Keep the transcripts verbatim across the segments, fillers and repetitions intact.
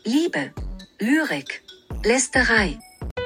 Liebe, Lyrik, Lästerei.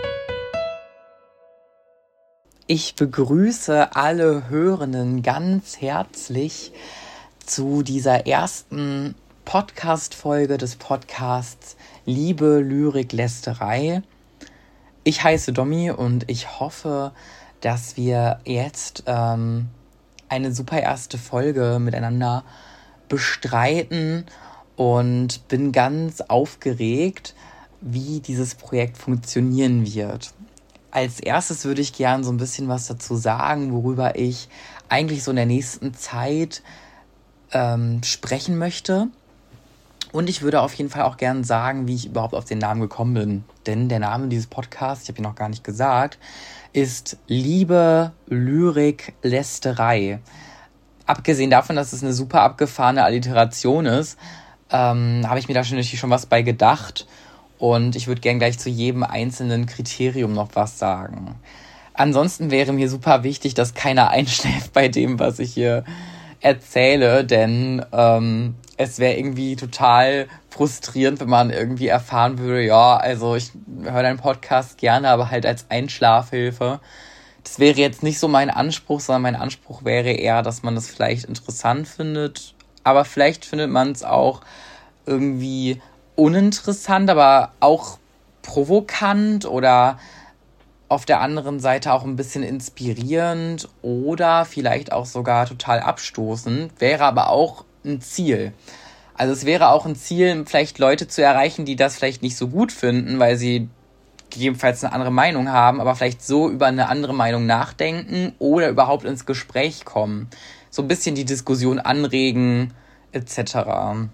Ich begrüße alle Hörenden ganz herzlich zu dieser ersten Podcast-Folge des Podcasts Liebe, Lyrik, Lästerei. Ich heiße Domi und ich hoffe, dass wir jetzt ähm, eine super erste Folge miteinander bestreiten und bin ganz aufgeregt, wie dieses Projekt funktionieren wird. Als erstes würde ich gerne so ein bisschen was dazu sagen, worüber ich eigentlich so in der nächsten Zeit ähm, sprechen möchte. Und ich würde auf jeden Fall auch gerne sagen, wie ich überhaupt auf den Namen gekommen bin. Denn der Name dieses Podcasts, ich habe ihn noch gar nicht gesagt, ist Liebe, Lyrik, Lästerei. Abgesehen davon, dass es eine super abgefahrene Alliteration ist, ähm, habe ich mir da schon, natürlich schon was bei gedacht. Und ich würde gerne gleich zu jedem einzelnen Kriterium noch was sagen. Ansonsten wäre mir super wichtig, dass keiner einschläft bei dem, was ich hier erzähle. Denn ähm, es wäre irgendwie total frustrierend, wenn man irgendwie erfahren würde, ja, also ich höre deinen Podcast gerne, aber halt als Einschlafhilfe. Das wäre jetzt nicht so mein Anspruch, sondern mein Anspruch wäre eher, dass man das vielleicht interessant findet. Aber vielleicht findet man es auch irgendwie uninteressant, aber auch provokant oder auf der anderen Seite auch ein bisschen inspirierend oder vielleicht auch sogar total abstoßend. Wäre aber auch ein Ziel. Also es wäre auch ein Ziel, vielleicht Leute zu erreichen, die das vielleicht nicht so gut finden, weil sie gegebenenfalls eine andere Meinung haben, aber vielleicht so über eine andere Meinung nachdenken oder überhaupt ins Gespräch kommen. So ein bisschen die Diskussion anregen, et cetera.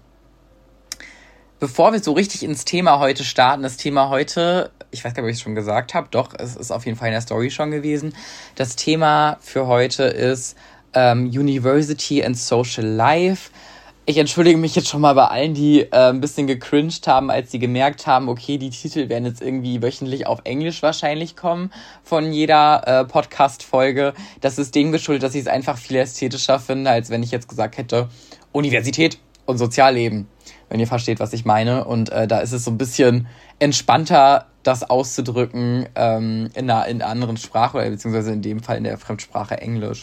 Bevor wir so richtig ins Thema heute starten, das Thema heute, ich weiß gar nicht, ob ich es schon gesagt habe, doch, es ist auf jeden Fall in der Story schon gewesen. Das Thema für heute ist ähm, University and Social Life. Ich entschuldige mich jetzt schon mal bei allen, die äh, ein bisschen gecringed haben, als sie gemerkt haben, okay, die Titel werden jetzt irgendwie wöchentlich auf Englisch wahrscheinlich kommen von jeder äh, Podcast-Folge. Das ist dem geschuldet, dass ich es einfach viel ästhetischer finde, als wenn ich jetzt gesagt hätte, Universität und Sozialleben, wenn ihr versteht, was ich meine. Und äh, da ist es so ein bisschen entspannter, das auszudrücken ähm, in, einer, in einer anderen Sprache, oder beziehungsweise in dem Fall in der Fremdsprache Englisch.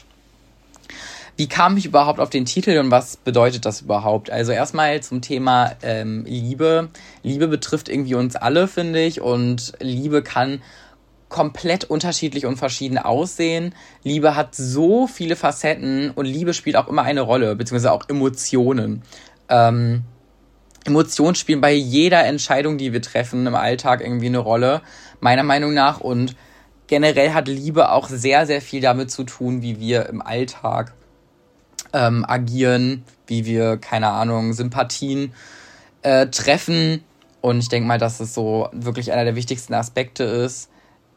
Wie kam ich überhaupt auf den Titel und was bedeutet das überhaupt? Also erstmal zum Thema ähm, Liebe. Liebe betrifft irgendwie uns alle, finde ich. Und Liebe kann komplett unterschiedlich und verschieden aussehen. Liebe hat so viele Facetten und Liebe spielt auch immer eine Rolle, beziehungsweise auch Emotionen. Ähm, Emotionen spielen bei jeder Entscheidung, die wir treffen im Alltag, irgendwie eine Rolle, meiner Meinung nach. Und generell hat Liebe auch sehr, sehr viel damit zu tun, wie wir im Alltag ähm, agieren, wie wir, keine Ahnung, Sympathien äh, treffen. Und ich denke mal, dass es so wirklich einer der wichtigsten Aspekte ist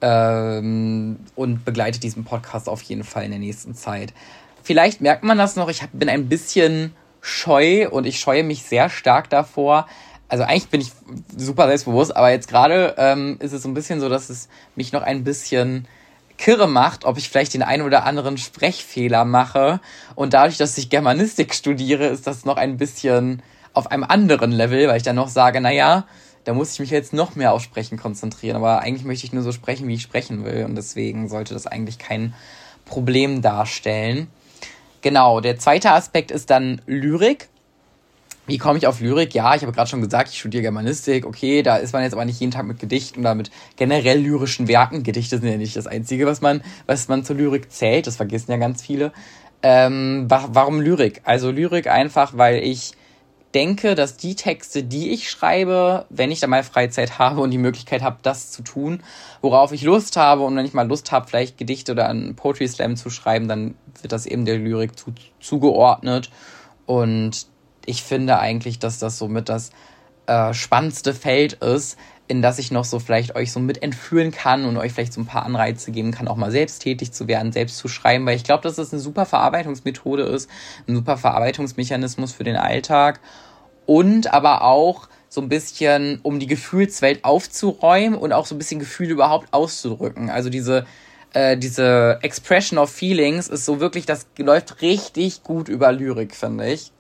ähm, und begleitet diesen Podcast auf jeden Fall in der nächsten Zeit. Vielleicht merkt man das noch, ich hab, bin ein bisschen scheu und ich scheue mich sehr stark davor. Also eigentlich bin ich super selbstbewusst, aber jetzt gerade ähm, ist es so ein bisschen so, dass es mich noch ein bisschen kirre macht, ob ich vielleicht den einen oder anderen Sprechfehler mache. Und dadurch, dass ich Germanistik studiere, ist das noch ein bisschen auf einem anderen Level, weil ich dann noch sage, naja, da muss ich mich jetzt noch mehr auf Sprechen konzentrieren. Aber eigentlich möchte ich nur so sprechen, wie ich sprechen will. Und deswegen sollte das eigentlich kein Problem darstellen. Genau, der zweite Aspekt ist dann Lyrik. Wie komme ich auf Lyrik? Ja, ich habe gerade schon gesagt, ich studiere Germanistik. Okay, da ist man jetzt aber nicht jeden Tag mit Gedichten oder mit generell lyrischen Werken. Gedichte sind ja nicht das Einzige, was man, was man zur Lyrik zählt. Das vergessen ja ganz viele. Ähm, wa- warum Lyrik? Also Lyrik einfach, weil ich denke, dass die Texte, die ich schreibe, wenn ich da mal Freizeit habe und die Möglichkeit habe, das zu tun, worauf ich Lust habe, und wenn ich mal Lust habe, vielleicht Gedichte oder einen Poetry Slam zu schreiben, dann wird das eben der Lyrik zu, zugeordnet. Und ich finde eigentlich, dass das somit das äh, spannendste Feld ist, in das ich noch so vielleicht euch so mit entführen kann und euch vielleicht so ein paar Anreize geben kann, auch mal selbst tätig zu werden, selbst zu schreiben, weil ich glaube, dass das eine super Verarbeitungsmethode ist, ein super Verarbeitungsmechanismus für den Alltag und aber auch so ein bisschen, um die Gefühlswelt aufzuräumen und auch so ein bisschen Gefühle überhaupt auszudrücken. Also diese äh, diese Expression of Feelings ist so wirklich, das läuft richtig gut über Lyrik, finde ich.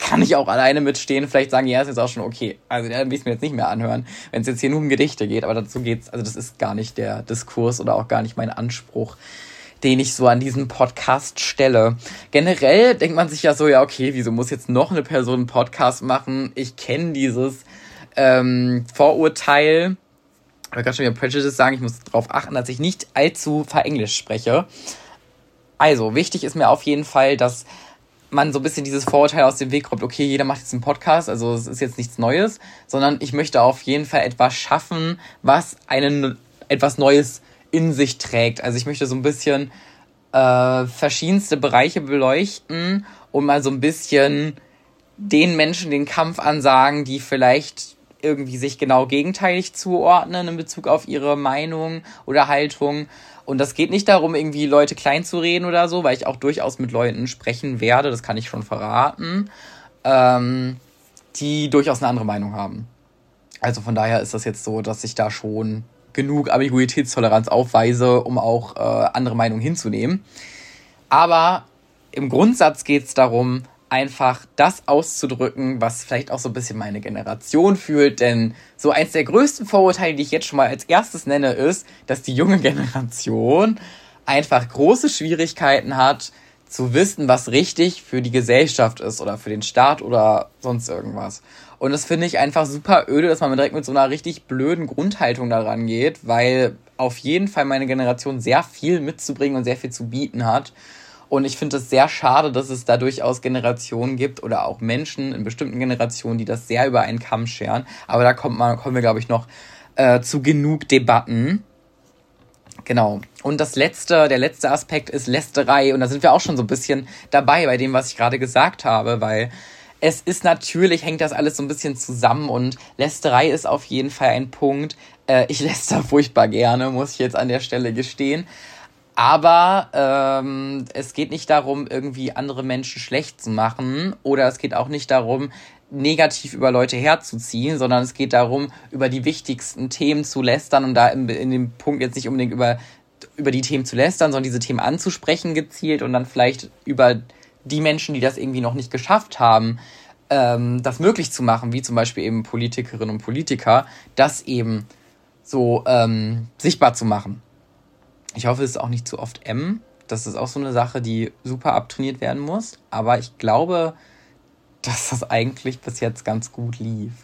kann ich auch alleine mitstehen, vielleicht sagen, ja, ist jetzt auch schon okay. Also dann will ich es mir jetzt nicht mehr anhören, wenn es jetzt hier nur um Gedichte geht, aber dazu geht's, also das ist gar nicht der Diskurs oder auch gar nicht mein Anspruch, den ich so an diesen Podcast stelle. Generell denkt man sich ja so, ja okay, wieso muss jetzt noch eine Person einen Podcast machen? Ich kenne dieses ähm, Vorurteil, ich will gerade schon wieder Prejudice sagen, ich muss darauf achten, dass ich nicht allzu verenglisch spreche. Also, wichtig ist mir auf jeden Fall, dass man so ein bisschen dieses Vorurteil aus dem Weg kommt, okay, jeder macht jetzt einen Podcast, also es ist jetzt nichts Neues, sondern ich möchte auf jeden Fall etwas schaffen, was einen, etwas Neues in sich trägt. Also ich möchte so ein bisschen äh, verschiedenste Bereiche beleuchten und mal so ein bisschen den Menschen den Kampf ansagen, die vielleicht irgendwie sich genau gegenteilig zuordnen in Bezug auf ihre Meinung oder Haltung. Und das geht nicht darum, irgendwie Leute klein zu reden oder so, weil ich auch durchaus mit Leuten sprechen werde, das kann ich schon verraten, ähm, die durchaus eine andere Meinung haben. Also von daher ist das jetzt so, dass ich da schon genug Ambiguitätstoleranz aufweise, um auch äh, andere Meinungen hinzunehmen. Aber im Grundsatz geht es darum, einfach das auszudrücken, was vielleicht auch so ein bisschen meine Generation fühlt. Denn so eins der größten Vorurteile, die ich jetzt schon mal als erstes nenne, ist, dass die junge Generation einfach große Schwierigkeiten hat, zu wissen, was richtig für die Gesellschaft ist oder für den Staat oder sonst irgendwas. Und das finde ich einfach super öde, dass man direkt mit so einer richtig blöden Grundhaltung daran geht, weil auf jeden Fall meine Generation sehr viel mitzubringen und sehr viel zu bieten hat. Und ich finde es sehr schade, dass es da durchaus Generationen gibt oder auch Menschen in bestimmten Generationen, die das sehr über einen Kamm scheren. Aber da kommt man, kommen wir, glaube ich, noch äh, zu genug Debatten. Genau. Und das letzte, der letzte Aspekt ist Lästerei. Und da sind wir auch schon so ein bisschen dabei bei dem, was ich gerade gesagt habe, weil es ist natürlich, hängt das alles so ein bisschen zusammen und Lästerei ist auf jeden Fall ein Punkt. Äh, ich läster furchtbar gerne, muss ich jetzt an der Stelle gestehen. Aber ähm, es geht nicht darum, irgendwie andere Menschen schlecht zu machen oder es geht auch nicht darum, negativ über Leute herzuziehen, sondern es geht darum, über die wichtigsten Themen zu lästern und da in, in dem Punkt jetzt nicht unbedingt über, über die Themen zu lästern, sondern diese Themen anzusprechen gezielt und dann vielleicht über die Menschen, die das irgendwie noch nicht geschafft haben, ähm, das möglich zu machen, wie zum Beispiel eben Politikerinnen und Politiker, das eben so ähm, sichtbar zu machen. Ich hoffe, es ist auch nicht zu oft M. Das ist auch so eine Sache, die super abtrainiert werden muss. Aber ich glaube, dass das eigentlich bis jetzt ganz gut lief.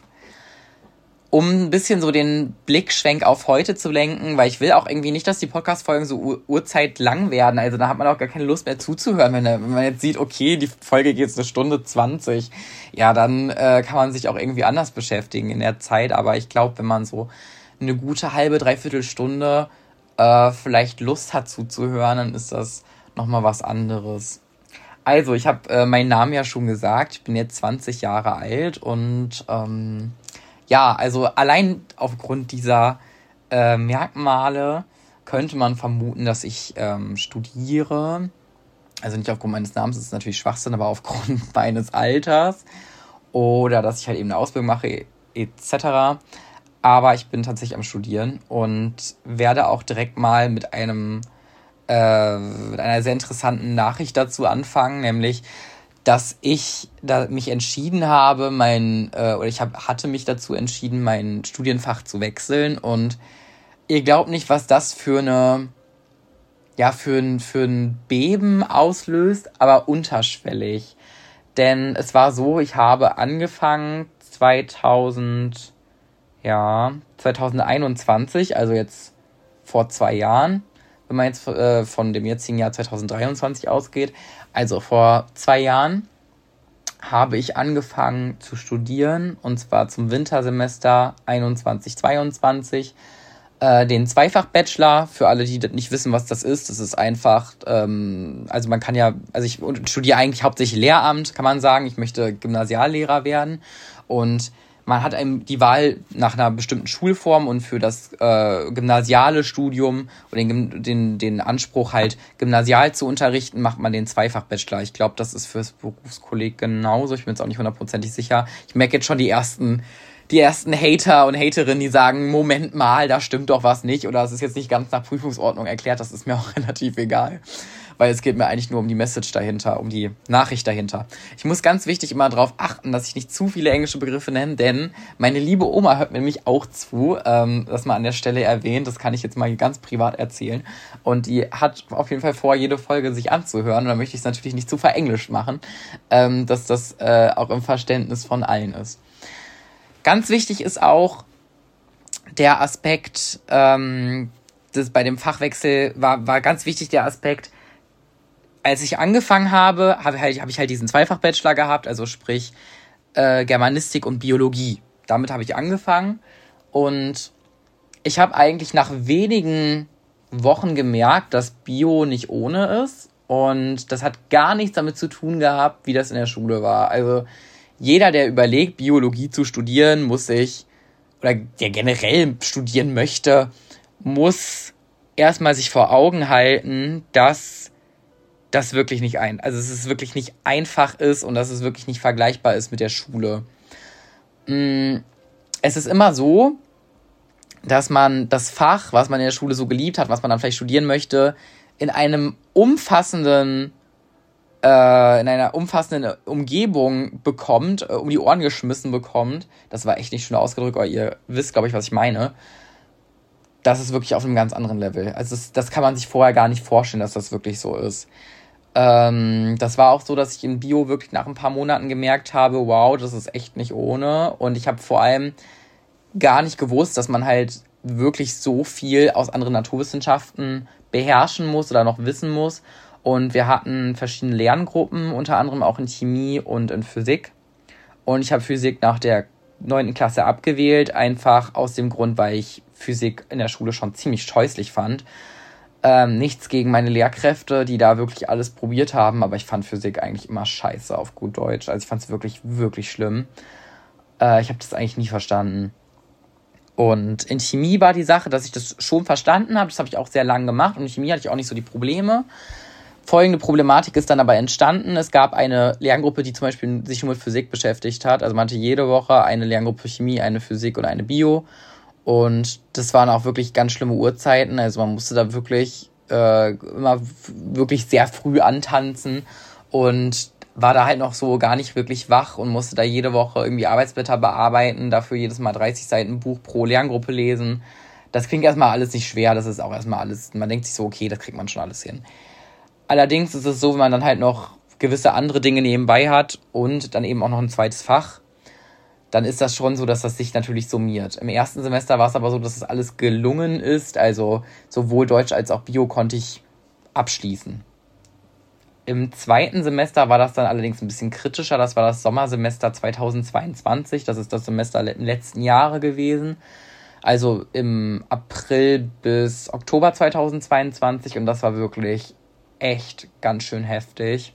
Um ein bisschen so den Blickschwenk auf heute zu lenken, weil ich will auch irgendwie nicht, dass die Podcast-Folgen so ur- urzeitlang werden. Also da hat man auch gar keine Lust mehr zuzuhören. Wenn, wenn man jetzt sieht, okay, die Folge geht jetzt eine Stunde zwanzig, ja, dann äh, kann man sich auch irgendwie anders beschäftigen in der Zeit. Aber ich glaube, wenn man so eine gute halbe, dreiviertel Stunde äh, vielleicht Lust hat zuzuhören, dann ist das nochmal was anderes. Also, ich habe äh, meinen Namen ja schon gesagt. Ich bin jetzt zwanzig Jahre alt und ähm, ja, also allein aufgrund dieser äh, Merkmale könnte man vermuten, dass ich ähm, studiere. Also nicht aufgrund meines Namens, das ist natürlich Schwachsinn, aber aufgrund meines Alters. Oder dass ich halt eben eine Ausbildung mache, et cetera. Aber ich bin tatsächlich am Studieren und werde auch direkt mal mit einem äh, mit einer sehr interessanten Nachricht dazu anfangen, nämlich, dass ich da mich entschieden habe, mein äh, oder ich hab, hatte mich dazu entschieden, mein Studienfach zu wechseln. Und ihr glaubt nicht, was das für eine ja für ein für ein Beben auslöst, aber unterschwellig. Denn es war so, ich habe angefangen zweitausend Ja, zwanzig einundzwanzig, also jetzt vor zwei Jahren, wenn man jetzt äh, von dem jetzigen Jahr zwanzig dreiundzwanzig ausgeht, also vor zwei Jahren habe ich angefangen zu studieren, und zwar zum Wintersemester einundzwanzig zweiundzwanzig, äh, den Zweifach-Bachelor. Für alle, die nicht wissen, was das ist, das ist einfach, ähm, also man kann ja, also ich studiere eigentlich hauptsächlich Lehramt, kann man sagen, ich möchte Gymnasiallehrer werden, und man hat einem die Wahl nach einer bestimmten Schulform, und für das äh, gymnasiale Studium oder den, den, den Anspruch halt gymnasial zu unterrichten, macht man den Zweifach-Bachelor. Ich glaube, das ist fürs Berufskolleg genauso. Ich bin jetzt auch nicht hundertprozentig sicher. Ich merke jetzt schon die ersten, die ersten Hater und Haterinnen, die sagen, Moment mal, da stimmt doch was nicht oder es ist jetzt nicht ganz nach Prüfungsordnung erklärt. Das ist mir auch relativ egal. weil es geht mir eigentlich nur um die Message dahinter, um die Nachricht dahinter. Ich muss ganz wichtig immer darauf achten, dass ich nicht zu viele englische Begriffe nenne, denn meine liebe Oma hört mir nämlich auch zu, ähm, das mal an der Stelle erwähnt, das kann ich jetzt mal ganz privat erzählen, und die hat auf jeden Fall vor, jede Folge sich anzuhören, und da möchte ich es natürlich nicht zu verenglisch machen, ähm, dass das äh, auch im Verständnis von allen ist. Ganz wichtig ist auch der Aspekt, ähm, das bei dem Fachwechsel war, war ganz wichtig der Aspekt, als ich angefangen habe, habe halt, hab ich halt diesen Zweifach-Bachelor gehabt, also sprich äh, Germanistik und Biologie. Damit habe ich angefangen, und ich habe eigentlich nach wenigen Wochen gemerkt, dass Bio nicht ohne ist, und das hat gar nichts damit zu tun gehabt, wie das in der Schule war. Also jeder, der überlegt, Biologie zu studieren, muss sich, oder der generell studieren möchte, muss erstmal sich vor Augen halten, dass das wirklich nicht ein, also dass es wirklich nicht einfach ist und dass es wirklich nicht vergleichbar ist mit der Schule. Es ist immer so, dass man das Fach, was man in der Schule so geliebt hat, was man dann vielleicht studieren möchte, in einem umfassenden, äh, in einer umfassenden Umgebung bekommt, äh, um die Ohren geschmissen bekommt. Das war echt nicht schön ausgedrückt, aber ihr wisst, glaube ich, was ich meine. Das ist wirklich auf einem ganz anderen Level. Also das, das kann man sich vorher gar nicht vorstellen, dass das wirklich so ist. Ähm, das war auch so, dass ich in Bio wirklich nach ein paar Monaten gemerkt habe, wow, das ist echt nicht ohne. Und ich habe vor allem gar nicht gewusst, dass man halt wirklich so viel aus anderen Naturwissenschaften beherrschen muss oder noch wissen muss. Und wir hatten verschiedene Lerngruppen, unter anderem auch in Chemie und in Physik. Und ich habe Physik nach der neunten Klasse abgewählt, einfach aus dem Grund, weil ich Physik in der Schule schon ziemlich scheußlich fand. Ähm, nichts gegen meine Lehrkräfte, die da wirklich alles probiert haben, aber ich fand Physik eigentlich immer scheiße, auf gut Deutsch. Also ich fand es wirklich, wirklich schlimm. Äh, ich habe das eigentlich nie verstanden. Und in Chemie war die Sache, dass ich das schon verstanden habe. Das habe ich auch sehr lange gemacht. Und in Chemie hatte ich auch nicht so die Probleme. Folgende Problematik ist dann aber entstanden. Es gab eine Lerngruppe, die zum Beispiel sich nur mit Physik beschäftigt hat. Also man hatte jede Woche eine Lerngruppe Chemie, eine Physik und eine Bio. Und das waren auch wirklich ganz schlimme Uhrzeiten. Also man musste da wirklich äh, immer wirklich sehr früh antanzen und war da halt noch so gar nicht wirklich wach und musste da jede Woche irgendwie Arbeitsblätter bearbeiten, dafür jedes Mal dreißig Seiten Buch pro Lerngruppe lesen. Das klingt erstmal alles nicht schwer, das ist auch erstmal alles, man denkt sich so, okay, das kriegt man schon alles hin. Allerdings ist es so, wenn man dann halt noch gewisse andere Dinge nebenbei hat und dann eben auch noch ein zweites Fach, dann ist das schon so, dass das sich natürlich summiert. Im ersten Semester war es aber so, dass es alles gelungen ist. Also sowohl Deutsch als auch Bio konnte ich abschließen. Im zweiten Semester war das dann allerdings ein bisschen kritischer. Das war das Sommersemester zweitausendzweiundzwanzig. Das ist das Semester der letzten Jahre gewesen. Also im April bis Oktober zweitausendzweiundzwanzig. Und das war wirklich echt ganz schön heftig.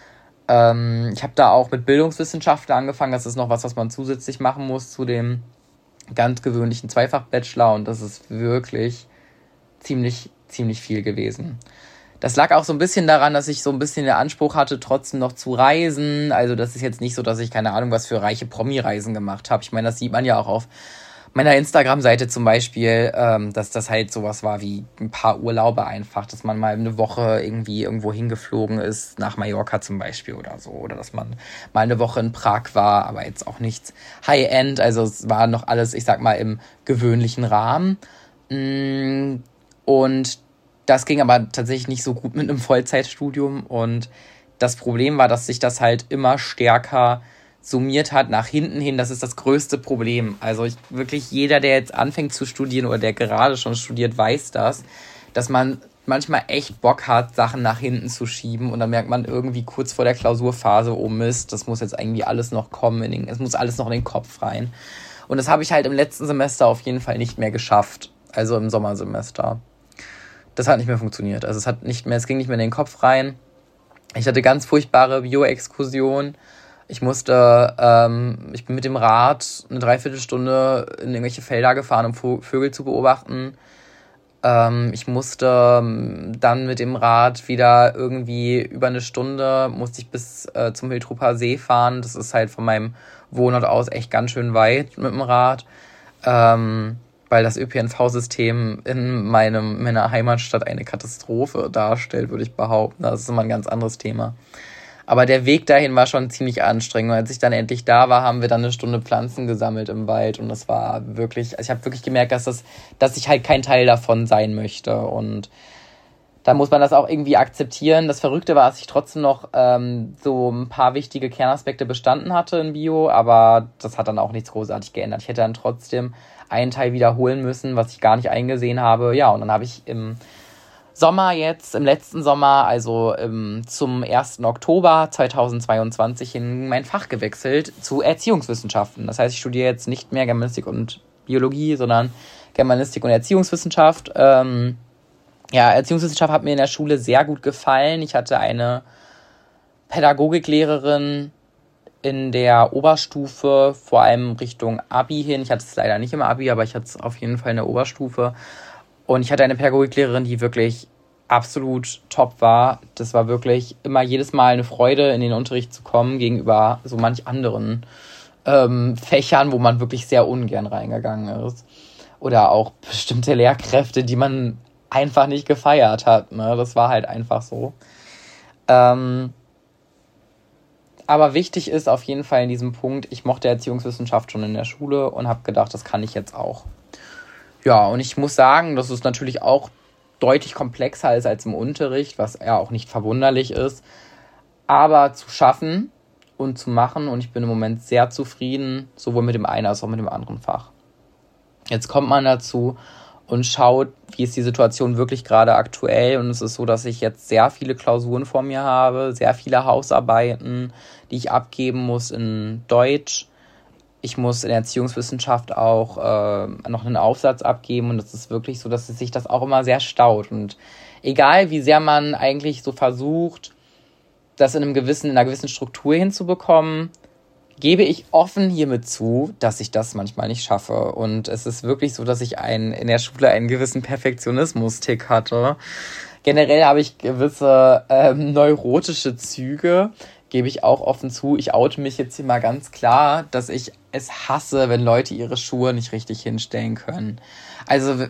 Ich habe da auch mit Bildungswissenschaften angefangen. Das ist noch was, was man zusätzlich machen muss zu dem ganz gewöhnlichen Zweifach-Bachelor. Und das ist wirklich ziemlich, ziemlich viel gewesen. Das lag auch so ein bisschen daran, dass ich so ein bisschen den Anspruch hatte, trotzdem noch zu reisen. Also das ist jetzt nicht so, dass ich keine Ahnung, was für reiche Promi-Reisen gemacht habe. Ich meine, das sieht man ja auch auf meiner Instagram-Seite zum Beispiel, ähm, dass das halt sowas war wie ein paar Urlaube einfach, dass man mal eine Woche irgendwie irgendwo hingeflogen ist, nach Mallorca zum Beispiel oder so, oder dass man mal eine Woche in Prag war, aber jetzt auch nichts High-End, also es war noch alles, ich sag mal, im gewöhnlichen Rahmen. Und das ging aber tatsächlich nicht so gut mit einem Vollzeitstudium, und das Problem war, dass sich das halt immer stärker summiert hat nach hinten hin. Das ist das größte Problem. Also ich, wirklich jeder, der jetzt anfängt zu studieren oder der gerade schon studiert, weiß das, dass man manchmal echt Bock hat, Sachen nach hinten zu schieben, und dann merkt man irgendwie kurz vor der Klausurphase, oh Mist, das muss jetzt irgendwie alles noch kommen, in den, es muss alles noch in den Kopf rein. Und das habe ich halt im letzten Semester auf jeden Fall nicht mehr geschafft, also im Sommersemester. Das hat nicht mehr funktioniert. Also es hat nicht mehr, es ging nicht mehr in den Kopf rein. Ich hatte ganz furchtbare Bio-Exkursionen. Ich musste, ähm, ich bin mit dem Rad eine Dreiviertelstunde in irgendwelche Felder gefahren, um Vögel zu beobachten. Ähm, ich musste dann mit dem Rad wieder irgendwie über eine Stunde, musste ich bis äh, zum Hiltruper See fahren. Das ist halt von meinem Wohnort aus echt ganz schön weit mit dem Rad. Ähm, weil das Ö P N V-System in meinem, meiner Heimatstadt eine Katastrophe darstellt, würde ich behaupten. Das ist immer ein ganz anderes Thema. Aber der Weg dahin war schon ziemlich anstrengend. Und als ich dann endlich da war, haben wir dann eine Stunde Pflanzen gesammelt im Wald. Und das war wirklich, also ich habe wirklich gemerkt, dass, das, dass ich halt kein Teil davon sein möchte. Und da muss man das auch irgendwie akzeptieren. Das Verrückte war, dass ich trotzdem noch ähm, so ein paar wichtige Kernaspekte bestanden hatte in Bio. Aber das hat dann auch nichts großartig geändert. Ich hätte dann trotzdem einen Teil wiederholen müssen, was ich gar nicht eingesehen habe. Ja, und dann habe ich im Sommer jetzt, im letzten Sommer, also ähm, zum ersten Oktober zweitausendzweiundzwanzig in mein Fach gewechselt zu Erziehungswissenschaften. Das heißt, ich studiere jetzt nicht mehr Germanistik und Biologie, sondern Germanistik und Erziehungswissenschaft. Ähm, ja, Erziehungswissenschaft hat mir in der Schule sehr gut gefallen. Ich hatte eine Pädagogiklehrerin in der Oberstufe, vor allem Richtung Abi hin. Ich hatte es leider nicht im Abi, aber ich hatte es auf jeden Fall in der Oberstufe. Und ich hatte eine Pädagogiklehrerin, die wirklich absolut top war. Das war wirklich immer jedes Mal eine Freude, in den Unterricht zu kommen, gegenüber so manch anderen ähm, Fächern, wo man wirklich sehr ungern reingegangen ist. Oder auch bestimmte Lehrkräfte, die man einfach nicht gefeiert hat. Ne? Das war halt einfach so. Ähm, aber wichtig ist auf jeden Fall in diesem Punkt, ich mochte Erziehungswissenschaft schon in der Schule und habe gedacht, das kann ich jetzt auch. Ja, und ich muss sagen, das ist natürlich auch deutlich komplexer ist als im Unterricht, was ja auch nicht verwunderlich ist. Aber zu schaffen und zu machen, und ich bin im Moment sehr zufrieden, sowohl mit dem einen als auch mit dem anderen Fach. Jetzt kommt man dazu und schaut, wie ist die Situation wirklich gerade aktuell. Und es ist so, dass ich jetzt sehr viele Klausuren vor mir habe, sehr viele Hausarbeiten, die ich abgeben muss in Deutsch. Ich muss in der Erziehungswissenschaft auch äh, noch einen Aufsatz abgeben, und es ist wirklich so, dass sich das auch immer sehr staut. Und egal, wie sehr man eigentlich so versucht, das in einem gewissen, in einer gewissen Struktur hinzubekommen, gebe ich offen hiermit zu, dass ich das manchmal nicht schaffe. Und es ist wirklich so, dass ich ein, in der Schule einen gewissen Perfektionismus-Tick hatte. Generell habe ich gewisse ähm, neurotische Züge, gebe ich auch offen zu. Ich oute mich jetzt hier mal ganz klar, dass ich es hasse, wenn Leute ihre Schuhe nicht richtig hinstellen können. Also,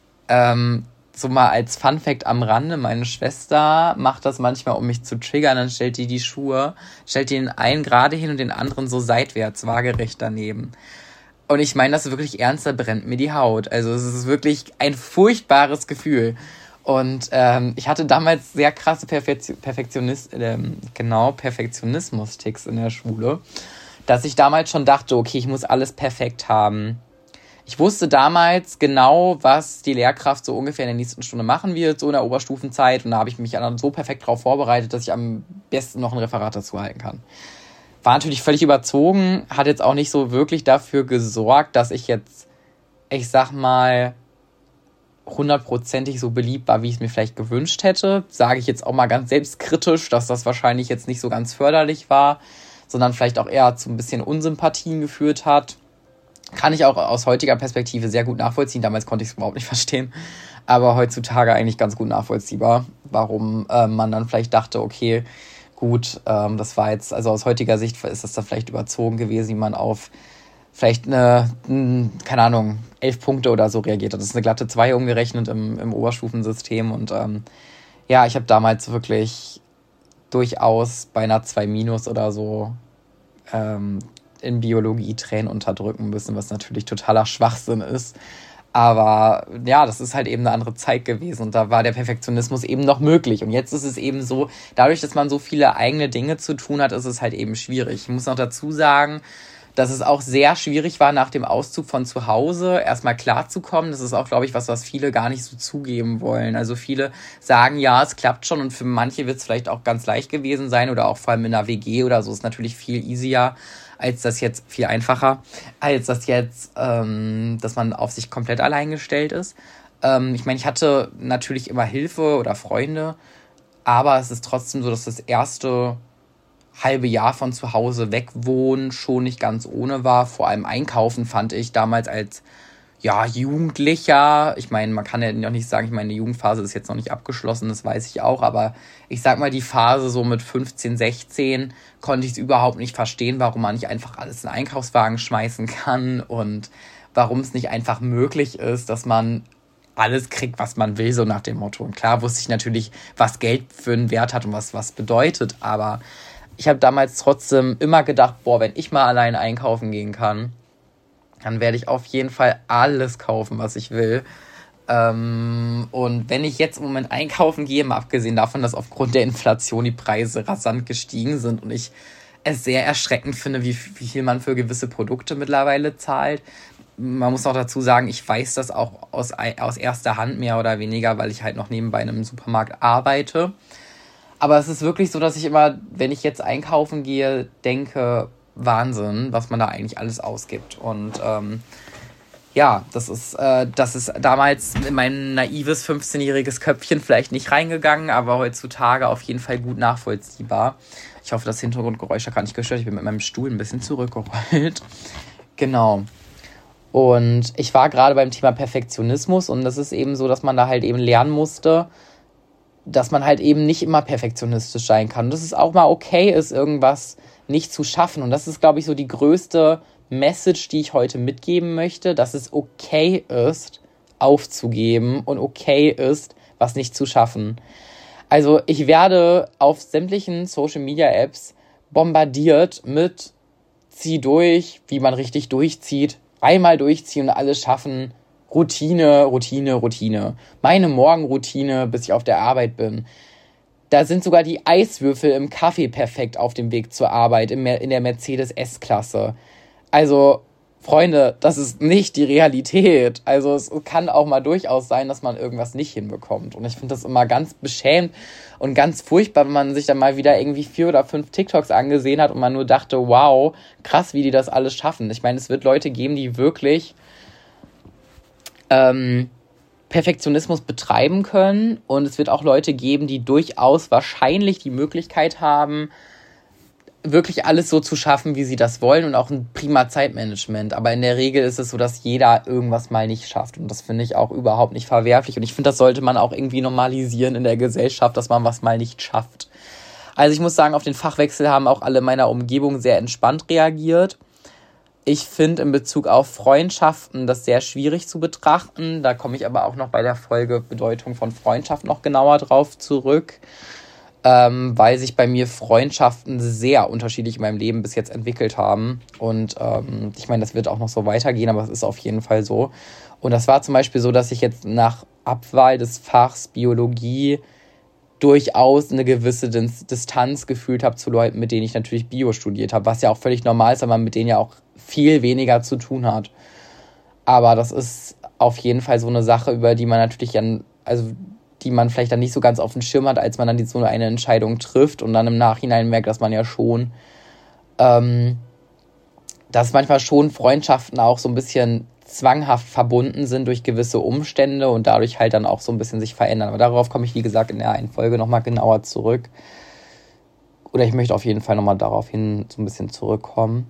ähm, so mal als Funfact am Rande, meine Schwester macht das manchmal, um mich zu triggern, dann stellt die die Schuhe, stellt die den einen gerade hin und den anderen so seitwärts, waagerecht daneben. Und ich meine das wirklich ernst, da brennt mir die Haut. Also es ist wirklich ein furchtbares Gefühl. Und ähm, ich hatte damals sehr krasse Perfektion, Perfektionist, ähm, genau, Perfektionismus-Ticks in der Schule, dass ich damals schon dachte, okay, ich muss alles perfekt haben. Ich wusste damals genau, was die Lehrkraft so ungefähr in der nächsten Stunde machen wird, so in der Oberstufenzeit. Und da habe ich mich dann so perfekt darauf vorbereitet, dass ich am besten noch ein Referat dazu halten kann. War natürlich völlig überzogen, hat jetzt auch nicht so wirklich dafür gesorgt, dass ich jetzt, ich sag mal, hundertprozentig so beliebt war, wie ich es mir vielleicht gewünscht hätte. Sage ich jetzt auch mal ganz selbstkritisch, dass das wahrscheinlich jetzt nicht so ganz förderlich war, sondern vielleicht auch eher zu ein bisschen Unsympathien geführt hat. Kann ich auch aus heutiger Perspektive sehr gut nachvollziehen. Damals konnte ich es überhaupt nicht verstehen. Aber heutzutage eigentlich ganz gut nachvollziehbar, warum äh, man dann vielleicht dachte, okay, gut, ähm, das war jetzt, also aus heutiger Sicht ist das dann vielleicht überzogen gewesen, wie man auf vielleicht eine, keine Ahnung, elf Punkte oder so reagiert hat. Das ist eine glatte zwei umgerechnet im, im Oberstufensystem. Und ähm, ja, ich habe damals wirklich durchaus bei einer zwei minus oder so ähm, in Biologie Tränen unterdrücken müssen, was natürlich totaler Schwachsinn ist. Aber ja, das ist halt eben eine andere Zeit gewesen und da war der Perfektionismus eben noch möglich. Und jetzt ist es eben so, dadurch, dass man so viele eigene Dinge zu tun hat, ist es halt eben schwierig. Ich muss noch dazu sagen, dass es auch sehr schwierig war, nach dem Auszug von zu Hause erstmal klarzukommen. Das ist auch, glaube ich, was, was viele gar nicht so zugeben wollen. Also viele sagen, ja, es klappt schon, und für manche wird es vielleicht auch ganz leicht gewesen sein oder auch vor allem in einer W G oder so ist natürlich viel easier, als das jetzt, viel einfacher, als das jetzt, ähm, dass man auf sich komplett allein gestellt ist. Ähm, ich meine, ich hatte natürlich immer Hilfe oder Freunde, aber es ist trotzdem so, dass das erste halbe Jahr von zu Hause wegwohnen schon nicht ganz ohne war. Vor allem einkaufen fand ich damals als ja, Jugendlicher. Ich meine, man kann ja noch nicht sagen, ich meine, die Jugendphase ist jetzt noch nicht abgeschlossen, das weiß ich auch, aber ich sag mal, die Phase so mit fünfzehn, sechzehn konnte ich es überhaupt nicht verstehen, warum man nicht einfach alles in den Einkaufswagen schmeißen kann und warum es nicht einfach möglich ist, dass man alles kriegt, was man will, so nach dem Motto. Und klar wusste ich natürlich, was Geld für einen Wert hat und was was bedeutet, aber ich habe damals trotzdem immer gedacht, boah, wenn ich mal allein einkaufen gehen kann, dann werde ich auf jeden Fall alles kaufen, was ich will. Ähm, und wenn ich jetzt im Moment einkaufen gehe, mal abgesehen davon, dass aufgrund der Inflation die Preise rasant gestiegen sind und ich es sehr erschreckend finde, wie, wie viel man für gewisse Produkte mittlerweile zahlt. Man muss auch dazu sagen, ich weiß das auch aus, aus erster Hand mehr oder weniger, weil ich halt noch nebenbei in einem Supermarkt arbeite. Aber es ist wirklich so, dass ich immer, wenn ich jetzt einkaufen gehe, denke, Wahnsinn, was man da eigentlich alles ausgibt. Und ähm, ja, das ist, äh, das ist damals in mein naives fünfzehnjähriges Köpfchen vielleicht nicht reingegangen, aber heutzutage auf jeden Fall gut nachvollziehbar. Ich hoffe, das Hintergrundgeräusch hat gar nicht gestört. Ich bin mit meinem Stuhl ein bisschen zurückgerollt. Genau. Und ich war gerade beim Thema Perfektionismus und das ist eben so, dass man da halt eben lernen musste, dass man halt eben nicht immer perfektionistisch sein kann. Und dass es auch mal okay ist, irgendwas nicht zu schaffen. Und das ist, glaube ich, so die größte Message, die ich heute mitgeben möchte, dass es okay ist, aufzugeben und okay ist, was nicht zu schaffen. Also ich werde auf sämtlichen Social-Media-Apps bombardiert mit zieh durch, wie man richtig durchzieht, einmal durchziehen und alles schaffen, Routine, Routine, Routine. Meine Morgenroutine, bis ich auf der Arbeit bin. Da sind sogar die Eiswürfel im Kaffee perfekt auf dem Weg zur Arbeit in der Mercedes S-Klasse. Also, Freunde, das ist nicht die Realität. Also es kann auch mal durchaus sein, dass man irgendwas nicht hinbekommt. Und ich finde das immer ganz beschämend und ganz furchtbar, wenn man sich dann mal wieder irgendwie vier oder fünf TikToks angesehen hat und man nur dachte, wow, krass, wie die das alles schaffen. Ich meine, es wird Leute geben, die wirklich ähm, Perfektionismus betreiben können. Und es wird auch Leute geben, die durchaus wahrscheinlich die Möglichkeit haben, wirklich alles so zu schaffen, wie sie das wollen und auch ein prima Zeitmanagement. Aber in der Regel ist es so, dass jeder irgendwas mal nicht schafft. Und das finde ich auch überhaupt nicht verwerflich. Und ich finde, das sollte man auch irgendwie normalisieren in der Gesellschaft, dass man was mal nicht schafft. Also ich muss sagen, auf den Fachwechsel haben auch alle meiner Umgebung sehr entspannt reagiert. Ich finde in Bezug auf Freundschaften das sehr schwierig zu betrachten. Da komme ich aber auch noch bei der Folge Bedeutung von Freundschaft noch genauer drauf zurück. Ähm, weil sich bei mir Freundschaften sehr unterschiedlich in meinem Leben bis jetzt entwickelt haben. Und ähm, ich meine, das wird auch noch so weitergehen, aber es ist auf jeden Fall so. Und das war zum Beispiel so, dass ich jetzt nach Abwahl des Fachs Biologie durchaus eine gewisse Distanz gefühlt habe zu Leuten, mit denen ich natürlich Bio studiert habe, was ja auch völlig normal ist, weil man mit denen ja auch viel weniger zu tun hat. Aber das ist auf jeden Fall so eine Sache, über die man natürlich dann, also die man vielleicht dann nicht so ganz auf dem Schirm hat, als man dann die, so eine Entscheidung trifft und dann im Nachhinein merkt, dass man ja schon, ähm, dass manchmal schon Freundschaften auch so ein bisschen zwanghaft verbunden sind durch gewisse Umstände und dadurch halt dann auch so ein bisschen sich verändern. Aber darauf komme ich, wie gesagt, in der einen Folge nochmal genauer zurück. Oder ich möchte auf jeden Fall nochmal darauf hin so ein bisschen zurückkommen.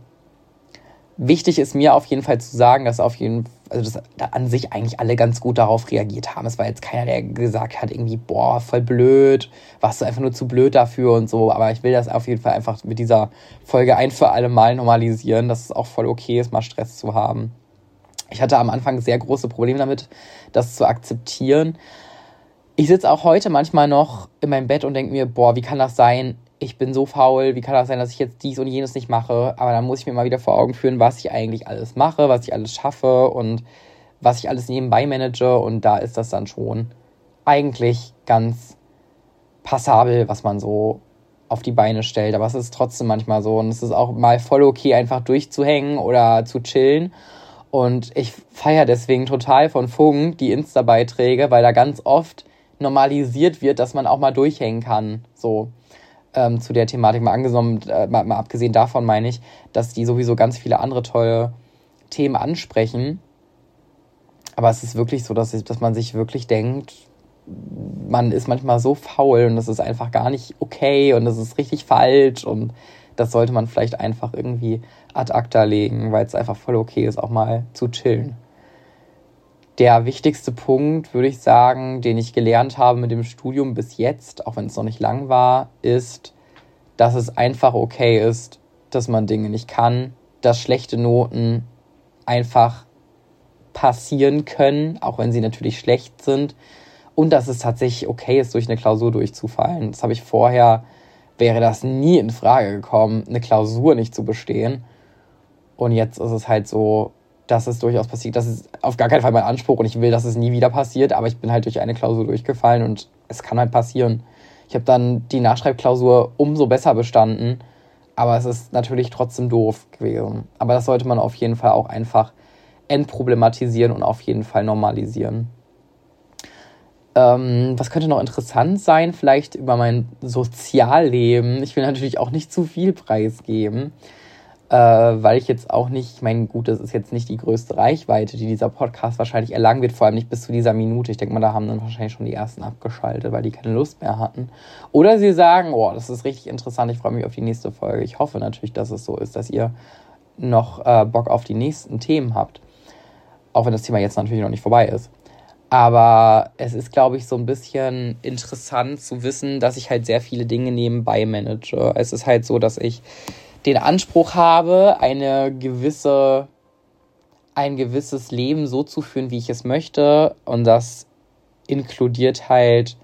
Wichtig ist mir auf jeden Fall zu sagen, dass auf jeden also dass da an sich eigentlich alle ganz gut darauf reagiert haben. Es war jetzt keiner, der gesagt hat, irgendwie, boah, voll blöd, warst du einfach nur zu blöd dafür und so. Aber ich will das auf jeden Fall einfach mit dieser Folge ein für alle Mal normalisieren, dass es auch voll okay ist, mal Stress zu haben. Ich hatte am Anfang sehr große Probleme damit, das zu akzeptieren. Ich sitze auch heute manchmal noch in meinem Bett und denke mir, boah, wie kann das sein? Ich bin so faul, wie kann das sein, dass ich jetzt dies und jenes nicht mache? Aber dann muss ich mir mal wieder vor Augen führen, was ich eigentlich alles mache, was ich alles schaffe und was ich alles nebenbei manage. Und da ist das dann schon eigentlich ganz passabel, was man so auf die Beine stellt. Aber es ist trotzdem manchmal so. Und es ist auch mal voll okay, einfach durchzuhängen oder zu chillen. Und ich feiere deswegen total von Funk die Insta-Beiträge, weil da ganz oft normalisiert wird, dass man auch mal durchhängen kann. So. Ähm, zu der Thematik mal angenommen, äh, mal, mal abgesehen davon meine ich, dass die sowieso ganz viele andere tolle Themen ansprechen. Aber es ist wirklich so, dass, ich, dass man sich wirklich denkt, man ist manchmal so faul und das ist einfach gar nicht okay und das ist richtig falsch und das sollte man vielleicht einfach irgendwie ad acta legen, weil es einfach voll okay ist, auch mal zu chillen. Der wichtigste Punkt, würde ich sagen, den ich gelernt habe mit dem Studium bis jetzt, auch wenn es noch nicht lang war, ist, dass es einfach okay ist, dass man Dinge nicht kann, dass schlechte Noten einfach passieren können, auch wenn sie natürlich schlecht sind. Und dass es tatsächlich okay ist, durch eine Klausur durchzufallen. Das habe ich vorher, wäre das nie in Frage gekommen, eine Klausur nicht zu bestehen. Und jetzt ist es halt so, dass es durchaus passiert. Das ist auf gar keinen Fall mein Anspruch und ich will, dass es nie wieder passiert. Aber ich bin halt durch eine Klausur durchgefallen und es kann halt passieren. Ich habe dann die Nachschreibklausur umso besser bestanden. Aber es ist natürlich trotzdem doof gewesen. Aber das sollte man auf jeden Fall auch einfach entproblematisieren und auf jeden Fall normalisieren. Ähm, was könnte noch interessant sein? Vielleicht über mein Sozialleben. Ich will natürlich auch nicht zu viel preisgeben, äh, weil ich jetzt auch nicht, ich meine, gut, das ist jetzt nicht die größte Reichweite, die dieser Podcast wahrscheinlich erlangen wird, vor allem nicht bis zu dieser Minute. Ich denke mal, da haben dann wahrscheinlich schon die ersten abgeschaltet, weil die keine Lust mehr hatten. Oder sie sagen, oh, das ist richtig interessant, ich freue mich auf die nächste Folge. Ich hoffe natürlich, dass es so ist, dass ihr noch äh, Bock auf die nächsten Themen habt. Auch wenn das Thema jetzt natürlich noch nicht vorbei ist. Aber es ist, glaube ich, so ein bisschen interessant zu wissen, dass ich halt sehr viele Dinge nebenbei manage. Es ist halt so, dass ich den Anspruch habe, eine gewisse, ein gewisses Leben so zu führen, wie ich es möchte. Und das inkludiert halt,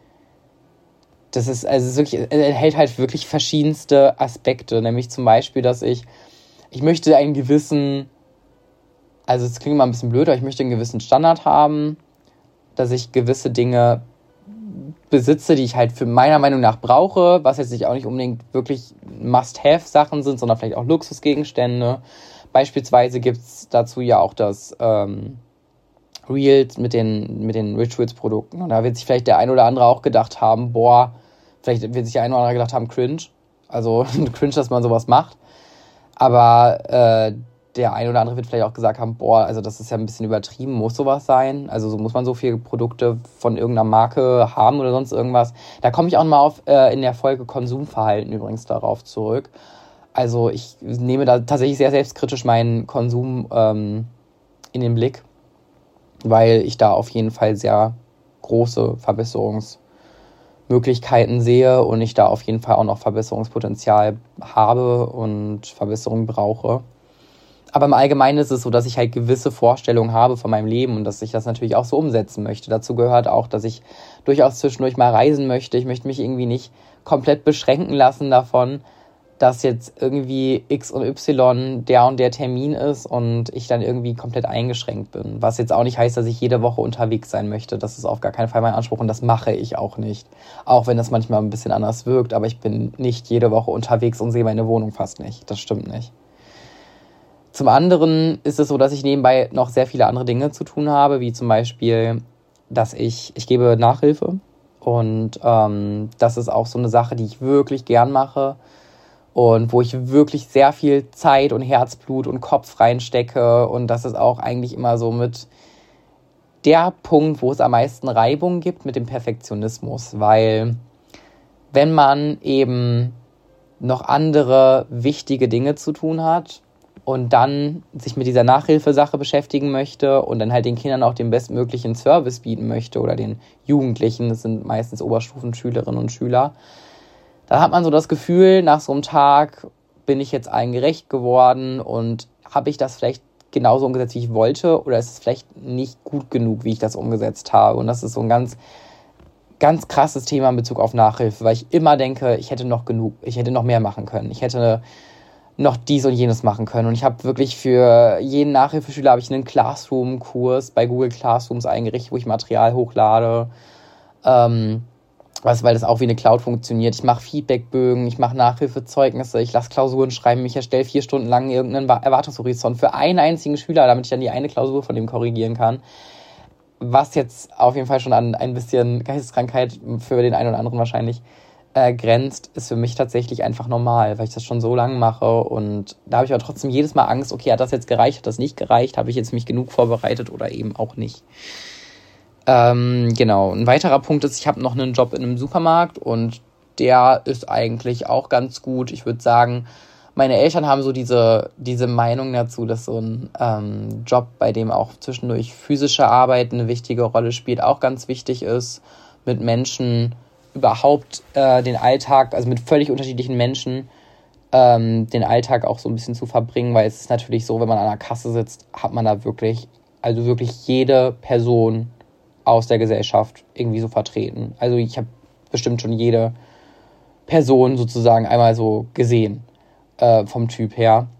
das ist, also es ist wirklich, es enthält halt wirklich verschiedenste Aspekte. Nämlich zum Beispiel, dass ich, ich möchte einen gewissen, also es klingt mal ein bisschen blöd, aber ich möchte einen gewissen Standard haben, dass ich gewisse Dinge besitze, die ich halt für meiner Meinung nach brauche, was jetzt nicht auch nicht unbedingt wirklich Must-Have-Sachen sind, sondern vielleicht auch Luxusgegenstände. Beispielsweise gibt es dazu ja auch das ähm, Reels mit den, mit den Rituals-Produkten. Und da wird sich vielleicht der ein oder andere auch gedacht haben, boah, vielleicht wird sich der ein oder andere gedacht haben, cringe. Also cringe, dass man sowas macht. Aber äh, der ein oder andere wird vielleicht auch gesagt haben, boah, also das ist ja ein bisschen übertrieben, muss sowas sein? Also so muss man so viele Produkte von irgendeiner Marke haben oder sonst irgendwas? Da komme ich auch mal auf äh, in der Folge Konsumverhalten übrigens darauf zurück. Also ich nehme da tatsächlich sehr selbstkritisch meinen Konsum ähm, in den Blick, weil ich da auf jeden Fall sehr große Verbesserungsmöglichkeiten sehe und ich da auf jeden Fall auch noch Verbesserungspotenzial habe und Verbesserungen brauche. Aber im Allgemeinen ist es so, dass ich halt gewisse Vorstellungen habe von meinem Leben und dass ich das natürlich auch so umsetzen möchte. Dazu gehört auch, dass ich durchaus zwischendurch mal reisen möchte. Ich möchte mich irgendwie nicht komplett beschränken lassen davon, dass jetzt irgendwie X und Y der und der Termin ist und ich dann irgendwie komplett eingeschränkt bin. Was jetzt auch nicht heißt, dass ich jede Woche unterwegs sein möchte. Das ist auf gar keinen Fall mein Anspruch und das mache ich auch nicht. Auch wenn das manchmal ein bisschen anders wirkt, aber ich bin nicht jede Woche unterwegs und sehe meine Wohnung fast nicht. Das stimmt nicht. Zum anderen ist es so, dass ich nebenbei noch sehr viele andere Dinge zu tun habe, wie zum Beispiel, dass ich, ich gebe Nachhilfe und ähm, das ist auch so eine Sache, die ich wirklich gern mache und wo ich wirklich sehr viel Zeit und Herzblut und Kopf reinstecke und das ist auch eigentlich immer so mit der Punkt, wo es am meisten Reibung gibt mit dem Perfektionismus, weil wenn man eben noch andere wichtige Dinge zu tun hat, und dann sich mit dieser Nachhilfesache beschäftigen möchte und dann halt den Kindern auch den bestmöglichen Service bieten möchte oder den Jugendlichen, das sind meistens Oberstufenschülerinnen und Schüler, dann hat man so das Gefühl, nach so einem Tag bin ich jetzt allen gerecht geworden und habe ich das vielleicht genauso umgesetzt, wie ich wollte oder ist es vielleicht nicht gut genug, wie ich das umgesetzt habe. Und das ist so ein ganz, ganz krasses Thema in Bezug auf Nachhilfe, weil ich immer denke, ich hätte noch genug, ich hätte noch mehr machen können. Ich hätte noch dies und jenes machen können. Und ich habe wirklich für jeden Nachhilfeschüler habe ich einen Classroom-Kurs bei Google Classrooms eingerichtet, wo ich Material hochlade, ähm, was, weil das auch wie eine Cloud funktioniert. Ich mache Feedbackbögen, ich mache Nachhilfezeugnisse, ich lasse Klausuren schreiben, ich erstelle vier Stunden lang irgendeinen Erwartungshorizont für einen einzigen Schüler, damit ich dann die eine Klausur von dem korrigieren kann. Was jetzt auf jeden Fall schon an ein bisschen Geisteskrankheit für den einen oder anderen wahrscheinlich Äh, grenzt, ist für mich tatsächlich einfach normal, weil ich das schon so lange mache und da habe ich aber trotzdem jedes Mal Angst, okay, hat das jetzt gereicht, hat das nicht gereicht, habe ich jetzt mich genug vorbereitet oder eben auch nicht. Ähm, genau, ein weiterer Punkt ist, ich habe noch einen Job in einem Supermarkt und der ist eigentlich auch ganz gut. Ich würde sagen, meine Eltern haben so diese, diese Meinung dazu, dass so ein ähm, Job, bei dem auch zwischendurch physische Arbeit eine wichtige Rolle spielt, auch ganz wichtig ist, mit Menschen überhaupt äh, den Alltag, also mit völlig unterschiedlichen Menschen, ähm, den Alltag auch so ein bisschen zu verbringen, weil es ist natürlich so, wenn man an der Kasse sitzt, hat man da wirklich also wirklich jede Person aus der Gesellschaft irgendwie so vertreten. Also ich habe bestimmt schon jede Person sozusagen einmal so gesehen, äh, vom Typ her.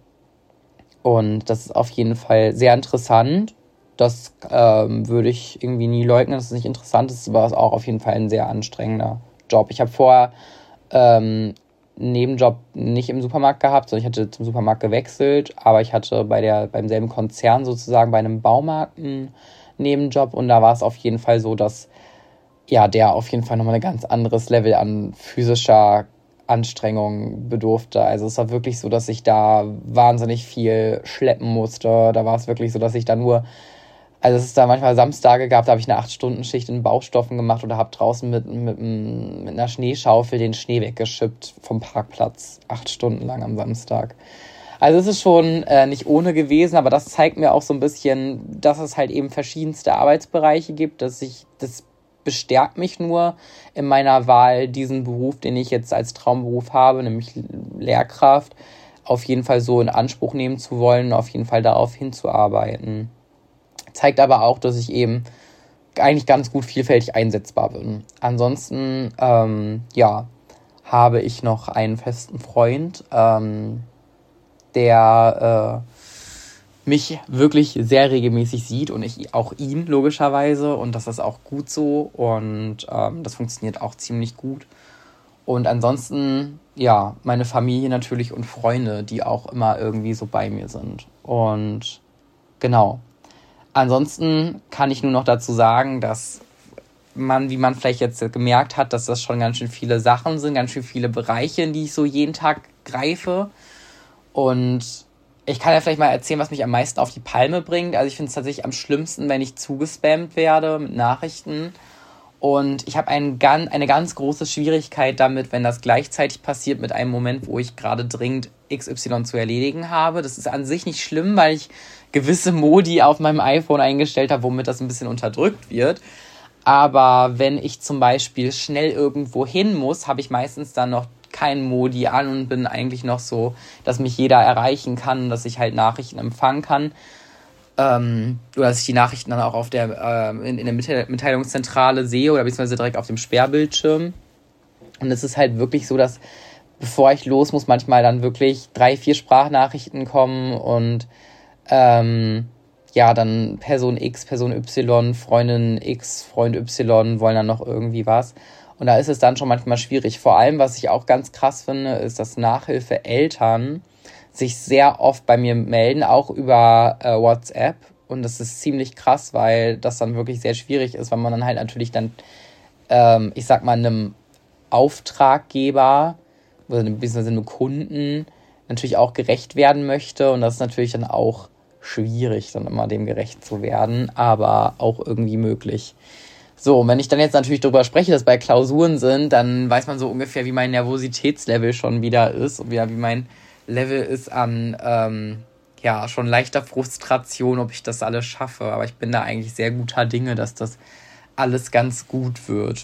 Und das ist auf jeden Fall sehr interessant. Das ähm, würde ich irgendwie nie leugnen, dass es nicht interessant ist, aber es ist auch auf jeden Fall ein sehr anstrengender Job. Ich habe vorher ähm, einen Nebenjob nicht im Supermarkt gehabt, sondern ich hatte zum Supermarkt gewechselt, aber ich hatte bei der, beim selben Konzern sozusagen bei einem Baumarkt einen Nebenjob und da war es auf jeden Fall so, dass ja, der auf jeden Fall nochmal ein ganz anderes Level an physischer Anstrengung bedurfte. Also es war wirklich so, dass ich da wahnsinnig viel schleppen musste. Da war es wirklich so, dass ich da nur, also es ist da manchmal Samstage gab, da habe ich eine acht-Stunden-Schicht in Baustoffen gemacht oder habe draußen mit, mit, mit einer Schneeschaufel den Schnee weggeschippt vom Parkplatz. Acht Stunden lang am Samstag. Also es ist schon äh, nicht ohne gewesen, aber das zeigt mir auch so ein bisschen, dass es halt eben verschiedenste Arbeitsbereiche gibt, dass ich das bestärkt mich nur in meiner Wahl, diesen Beruf, den ich jetzt als Traumberuf habe, nämlich Lehrkraft, auf jeden Fall so in Anspruch nehmen zu wollen und auf jeden Fall darauf hinzuarbeiten. Zeigt aber auch, dass ich eben eigentlich ganz gut vielfältig einsetzbar bin. Ansonsten, ähm, ja, habe ich noch einen festen Freund, ähm, der äh, mich wirklich sehr regelmäßig sieht und ich auch ihn logischerweise und das ist auch gut so und ähm, das funktioniert auch ziemlich gut. Und ansonsten, ja, meine Familie natürlich und Freunde, die auch immer irgendwie so bei mir sind. Und genau. Ansonsten kann ich nur noch dazu sagen, dass man, wie man vielleicht jetzt gemerkt hat, dass das schon ganz schön viele Sachen sind, ganz schön viele Bereiche, in die ich so jeden Tag greife. Und ich kann ja vielleicht mal erzählen, was mich am meisten auf die Palme bringt. Also ich finde es tatsächlich am schlimmsten, wenn ich zugespammt werde mit Nachrichten. Und ich habe ein, eine ganz große Schwierigkeit damit, wenn das gleichzeitig passiert mit einem Moment, wo ich gerade dringend X Y zu erledigen habe. Das ist an sich nicht schlimm, weil ich gewisse Modi auf meinem iPhone eingestellt habe, womit das ein bisschen unterdrückt wird. Aber wenn ich zum Beispiel schnell irgendwo hin muss, habe ich meistens dann noch keinen Modi an und bin eigentlich noch so, dass mich jeder erreichen kann, dass ich halt Nachrichten empfangen kann. Ähm, oder dass ich die Nachrichten dann auch auf der, äh, in, in der Mitteilungszentrale sehe oder beziehungsweise direkt auf dem Sperrbildschirm. Und es ist halt wirklich so, dass bevor ich los muss, manchmal dann wirklich drei, vier Sprachnachrichten kommen und ähm, ja, dann Person X, Person Y, Freundin X, Freund Y wollen dann noch irgendwie was. Und da ist es dann schon manchmal schwierig. Vor allem, was ich auch ganz krass finde, ist, dass Nachhilfeeltern sich sehr oft bei mir melden, auch über äh, WhatsApp. Und das ist ziemlich krass, weil das dann wirklich sehr schwierig ist, weil man dann halt natürlich dann, ähm, ich sag mal, einem Auftraggeber oder beziehungsweise einem Kunden natürlich auch gerecht werden möchte. Und das ist natürlich dann auch schwierig, dann immer dem gerecht zu werden, aber auch irgendwie möglich. So, und wenn ich dann jetzt natürlich darüber spreche, dass bei Klausuren sind, dann weiß man so ungefähr, wie mein Nervositätslevel schon wieder ist und wie mein Level ist an, ähm, ja, schon leichter Frustration, ob ich das alles schaffe. Aber ich bin da eigentlich sehr guter Dinge, dass das alles ganz gut wird.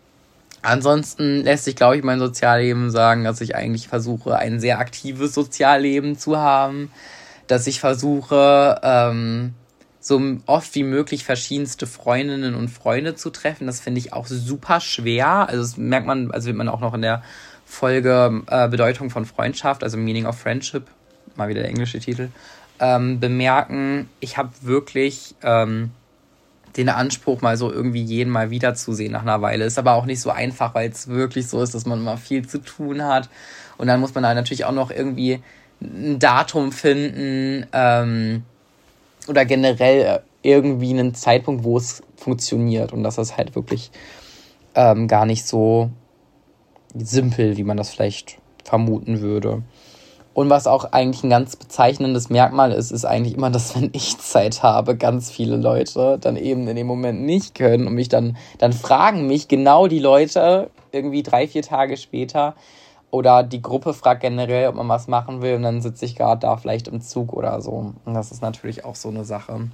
Ansonsten lässt sich, glaube ich, mein Sozialleben sagen, dass ich eigentlich versuche, ein sehr aktives Sozialleben zu haben, dass ich versuche, ähm, so oft wie möglich verschiedenste Freundinnen und Freunde zu treffen. Das finde ich auch super schwer. Also das merkt man, also wird man auch noch in der Folge äh, Bedeutung von Freundschaft, also Meaning of Friendship, mal wieder der englische Titel, ähm, bemerken. Ich habe wirklich ähm, den Anspruch, mal so irgendwie jeden mal wiederzusehen nach einer Weile. Ist aber auch nicht so einfach, weil es wirklich so ist, dass man immer viel zu tun hat. Und dann muss man da natürlich auch noch irgendwie ein Datum finden, ähm, oder generell irgendwie einen Zeitpunkt, wo es funktioniert. Und das ist halt wirklich ähm, gar nicht so simpel, wie man das vielleicht vermuten würde. Und was auch eigentlich ein ganz bezeichnendes Merkmal ist, ist eigentlich immer, dass wenn ich Zeit habe, ganz viele Leute dann eben in dem Moment nicht können und mich dann, dann fragen mich genau die Leute irgendwie drei, vier Tage später, oder die Gruppe fragt generell, ob man was machen will und dann sitze ich gerade da vielleicht im Zug oder so. Und das ist natürlich auch so eine Sache,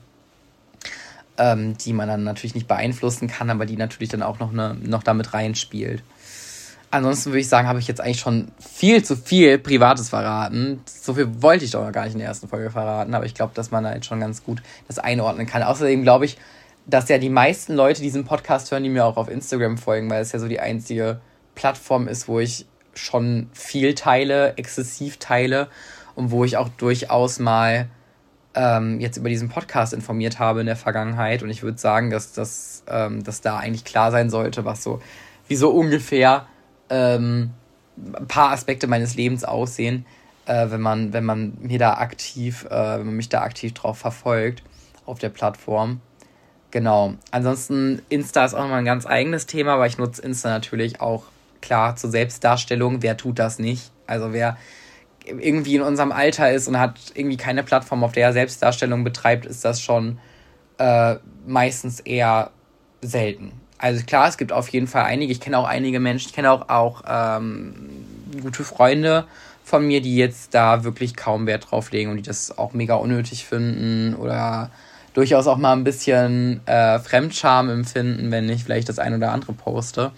ähm, die man dann natürlich nicht beeinflussen kann, aber die natürlich dann auch noch, eine, noch damit reinspielt. ansonsten würde ich sagen, habe ich jetzt eigentlich schon viel zu viel Privates verraten. So viel wollte ich doch noch gar nicht in der ersten Folge verraten, aber ich glaube, dass man da jetzt schon ganz gut das einordnen kann. Außerdem glaube ich, dass ja die meisten Leute diesen Podcast hören, die mir auch auf Instagram folgen, weil es ja so die einzige Plattform ist, wo ich schon viel teile, exzessiv teile und wo ich auch durchaus mal ähm, jetzt über diesen Podcast informiert habe in der Vergangenheit. Und ich würde sagen, dass das ähm, dass da eigentlich klar sein sollte, was so, wie so ungefähr ähm, ein paar Aspekte meines Lebens aussehen, äh, wenn man, wenn man mir da aktiv, äh, wenn man mich da aktiv drauf verfolgt auf der Plattform. Genau. Ansonsten, Insta ist auch nochmal ein ganz eigenes Thema, aber ich nutze Insta natürlich auch, klar, zur Selbstdarstellung. Wer tut das nicht? Also wer irgendwie in unserem Alter ist und hat irgendwie keine Plattform, auf der er Selbstdarstellung betreibt, ist das schon äh, meistens eher selten. Also klar, es gibt auf jeden Fall einige. Ich kenne auch einige Menschen, ich kenne auch, auch ähm, gute Freunde von mir, die jetzt da wirklich kaum Wert drauf legen und die das auch mega unnötig finden oder durchaus auch mal ein bisschen äh, Fremdscham empfinden, wenn ich vielleicht das ein oder andere poste.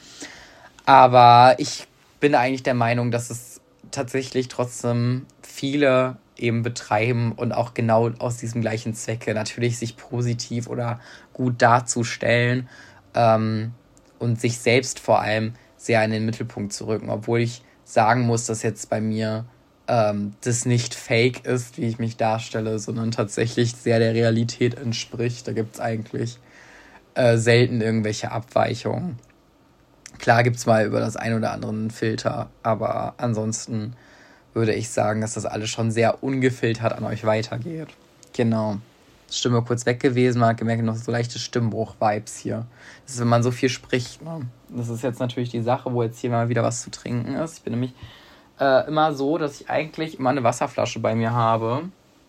Aber ich bin eigentlich der Meinung, dass es tatsächlich trotzdem viele eben betreiben und auch genau aus diesem gleichen Zwecke natürlich sich positiv oder gut darzustellen ähm, und sich selbst vor allem sehr in den Mittelpunkt zu rücken, obwohl ich sagen muss, dass jetzt bei mir ähm, das nicht fake ist, wie ich mich darstelle, sondern tatsächlich sehr der Realität entspricht. Da gibt es eigentlich äh, selten irgendwelche Abweichungen. Klar gibt es mal über das ein oder andere einen Filter, aber ansonsten würde ich sagen, dass das alles schon sehr ungefiltert an euch weitergeht. Genau. Stimme kurz weg gewesen, man hat gemerkt, noch so leichte Stimmbruch-Vibes hier. Das ist, wenn man so viel spricht. Ne? Das ist jetzt natürlich die Sache, wo jetzt hier mal wieder was zu trinken ist. Ich bin nämlich äh, immer so, dass ich eigentlich immer eine Wasserflasche bei mir habe.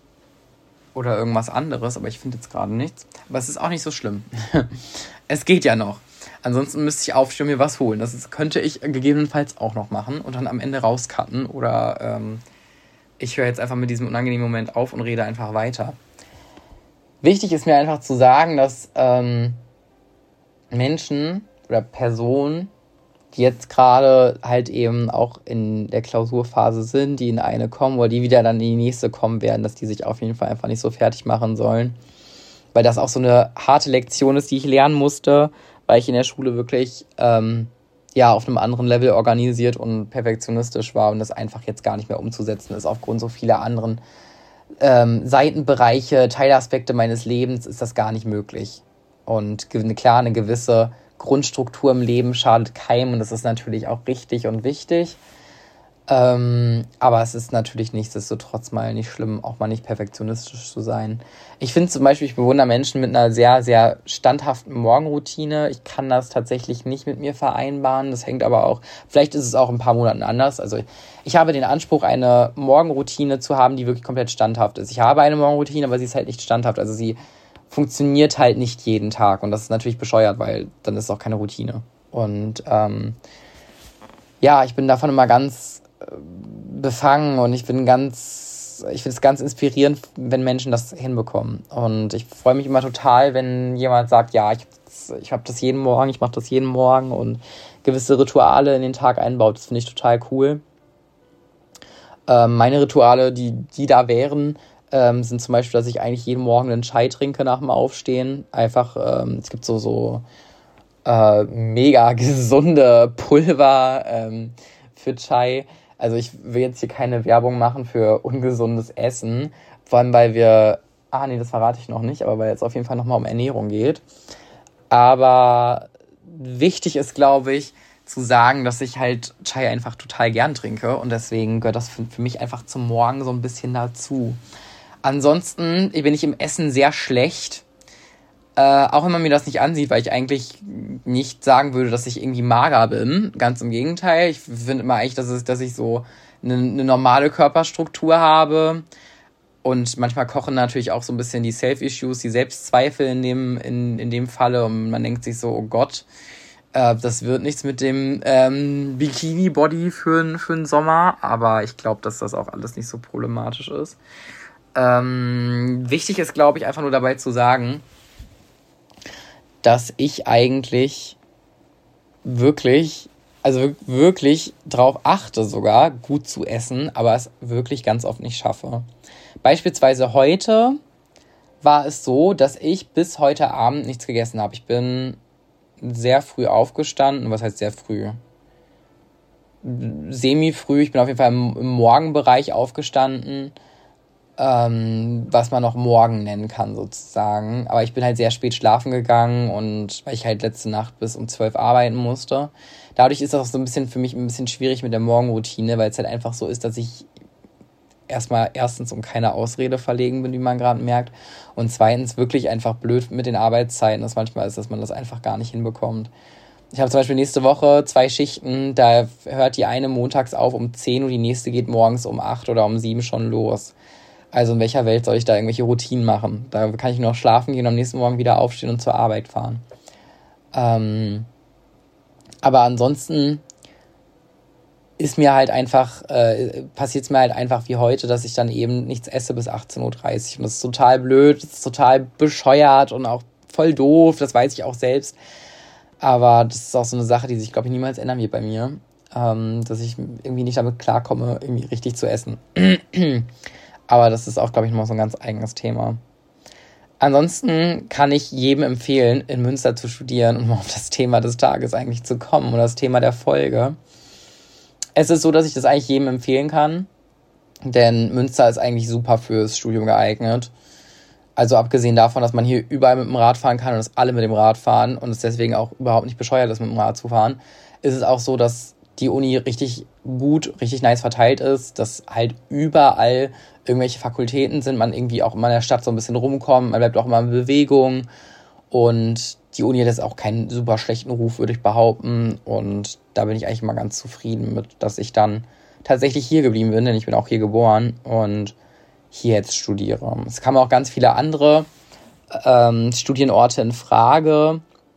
Oder irgendwas anderes, aber ich finde jetzt gerade nichts. Aber es ist auch nicht so schlimm. Es geht ja noch. Ansonsten müsste ich aufstehen und mir was holen. Das ist, könnte ich gegebenenfalls auch noch machen und dann am Ende rauscutten. Oder ähm, ich höre jetzt einfach mit diesem unangenehmen Moment auf und rede einfach weiter. Wichtig ist mir einfach zu sagen, dass ähm, Menschen oder Personen, die jetzt gerade halt eben auch in der Klausurphase sind, die in eine kommen oder die wieder dann in die nächste kommen werden, dass die sich auf jeden Fall einfach nicht so fertig machen sollen. Weil das auch so eine harte Lektion ist, die ich lernen musste, weil ich in der Schule wirklich ähm, ja auf einem anderen Level organisiert und perfektionistisch war und das einfach jetzt gar nicht mehr umzusetzen ist. Aufgrund so vieler anderen ähm, Seitenbereiche, Teilaspekte meines Lebens ist das gar nicht möglich. Und klar, eine gewisse Grundstruktur im Leben schadet keinem und das ist natürlich auch richtig und wichtig. Ähm, aber es ist natürlich nichtsdestotrotz mal nicht schlimm, auch mal nicht perfektionistisch zu sein. Ich finde zum Beispiel, ich bewundere Menschen mit einer sehr, sehr standhaften Morgenroutine. Ich kann das tatsächlich nicht mit mir vereinbaren. Das hängt aber auch, vielleicht ist es auch in ein paar Monaten anders. Also ich habe den Anspruch, eine Morgenroutine zu haben, die wirklich komplett standhaft ist. Ich habe eine Morgenroutine, aber sie ist halt nicht standhaft. Also sie funktioniert halt nicht jeden Tag. Und das ist natürlich bescheuert, weil dann ist es auch keine Routine. Und ähm, ja, ich bin davon immer ganz befangen und ich bin ganz, ich finde es ganz inspirierend, wenn Menschen das hinbekommen. Und ich freue mich immer total, wenn jemand sagt, ja, ich, ich habe das jeden Morgen, ich mache das jeden Morgen und gewisse Rituale in den Tag einbaut. Das finde ich total cool. Ähm, meine Rituale, die, die da wären, ähm, sind zum Beispiel, dass ich eigentlich jeden Morgen einen Chai trinke nach dem Aufstehen. Einfach, ähm, es gibt so, so äh, mega gesunde Pulver ähm, für Chai. Also ich will jetzt hier keine Werbung machen für ungesundes Essen, vor allem weil wir, ah nee, das verrate ich noch nicht, aber weil es auf jeden Fall nochmal um Ernährung geht. Aber wichtig ist, glaube ich, zu sagen, dass ich halt Chai einfach total gern trinke und deswegen gehört das für, für mich einfach zum Morgen so ein bisschen dazu. Ansonsten bin ich im Essen sehr schlecht, äh, auch wenn man mir das nicht ansieht, weil ich eigentlich nicht sagen würde, dass ich irgendwie mager bin. Ganz im Gegenteil. Ich finde immer eigentlich, dass, es, dass ich so eine, eine normale Körperstruktur habe. Und manchmal kochen natürlich auch so ein bisschen die Self-Issues, die Selbstzweifel in dem, in, in dem Falle. Und man denkt sich so, oh Gott, äh, das wird nichts mit dem ähm, Bikini-Body für, für den Sommer. Aber ich glaube, dass das auch alles nicht so problematisch ist. Ähm, wichtig ist, glaube ich, einfach nur dabei zu sagen, dass ich eigentlich wirklich also wirklich drauf achte sogar, gut zu essen, aber es wirklich ganz oft nicht schaffe. Beispielsweise heute war es so, dass ich bis heute Abend nichts gegessen habe. Ich bin sehr früh aufgestanden. Was heißt sehr früh? Semi-früh. Ich bin auf jeden Fall im, im Morgenbereich aufgestanden, ähm, was man noch Morgen nennen kann sozusagen. Aber ich bin halt sehr spät schlafen gegangen und weil ich halt letzte Nacht bis um zwölf arbeiten musste. Dadurch ist das auch so ein bisschen für mich ein bisschen schwierig mit der Morgenroutine, weil es halt einfach so ist, dass ich erstmal erstens um keine Ausrede verlegen bin, wie man gerade merkt, und zweitens wirklich einfach blöd mit den Arbeitszeiten, dass manchmal ist, dass man das einfach gar nicht hinbekommt. Ich habe zum Beispiel nächste Woche zwei Schichten, da hört die eine montags auf um zehn und die nächste geht morgens um acht oder um sieben schon los. Also in welcher Welt soll ich da irgendwelche Routinen machen? Da kann ich nur noch schlafen gehen und am nächsten Morgen wieder aufstehen und zur Arbeit fahren. Ähm, aber ansonsten ist mir halt einfach, äh, passiert es mir halt einfach wie heute, dass ich dann eben nichts esse bis achtzehn Uhr dreißig. Und das ist total blöd, das ist total bescheuert und auch voll doof, das weiß ich auch selbst. Aber das ist auch so eine Sache, die sich, glaube ich, niemals ändern wird bei mir. Ähm, dass ich irgendwie nicht damit klarkomme, irgendwie richtig zu essen. Aber das ist auch, glaube ich, noch so ein ganz eigenes Thema. Ansonsten kann ich jedem empfehlen, in Münster zu studieren, um auf das Thema des Tages eigentlich zu kommen oder das Thema der Folge. Es ist so, dass ich das eigentlich jedem empfehlen kann, denn Münster ist eigentlich super fürs Studium geeignet. Also abgesehen davon, dass man hier überall mit dem Rad fahren kann und dass alle mit dem Rad fahren und es deswegen auch überhaupt nicht bescheuert ist, mit dem Rad zu fahren, ist es auch so, dass die Uni richtig gut, richtig nice verteilt ist, dass halt überall irgendwelche Fakultäten sind, man irgendwie auch immer in der Stadt so ein bisschen rumkommt, man bleibt auch immer in Bewegung und die Uni hat jetzt auch keinen super schlechten Ruf, würde ich behaupten, und da bin ich eigentlich mal ganz zufrieden mit, dass ich dann tatsächlich hier geblieben bin, denn ich bin auch hier geboren und hier jetzt studiere. Es kamen auch ganz viele andere ähm, Studienorte in Frage,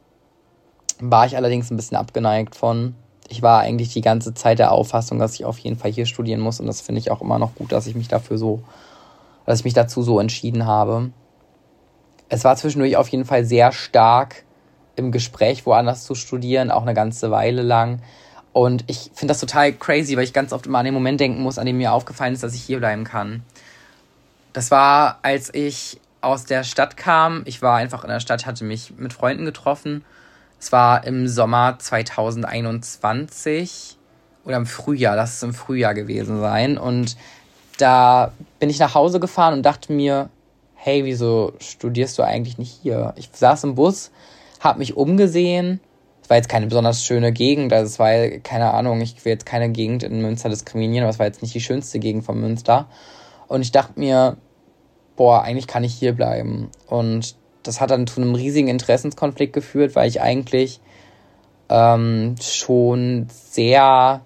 war ich allerdings ein bisschen abgeneigt von. Ich war eigentlich die ganze Zeit der Auffassung, dass ich auf jeden Fall hier studieren muss und das finde ich auch immer noch gut, dass ich mich dafür so, dass ich mich dazu so entschieden habe. Es war zwischendurch auf jeden Fall sehr stark im Gespräch, woanders zu studieren, auch eine ganze Weile lang. Und ich finde das total crazy, weil ich ganz oft immer an den Moment denken muss, an dem mir aufgefallen ist, dass ich hier bleiben kann. Das war, als ich aus der Stadt kam. Ich war einfach in der Stadt, hatte mich mit Freunden getroffen. Es war im Sommer zwanzig einundzwanzig oder im Frühjahr, lass es im Frühjahr gewesen sein. Und da bin ich nach Hause gefahren und dachte mir, hey, wieso studierst du eigentlich nicht hier? Ich saß im Bus, habe mich umgesehen. Es war jetzt keine besonders schöne Gegend, also es war, keine Ahnung, ich will jetzt keine Gegend in Münster diskriminieren, aber es war jetzt nicht die schönste Gegend von Münster. Und ich dachte mir, boah, eigentlich kann ich hier bleiben. Und das hat dann zu einem riesigen Interessenskonflikt geführt, weil ich eigentlich ähm, schon sehr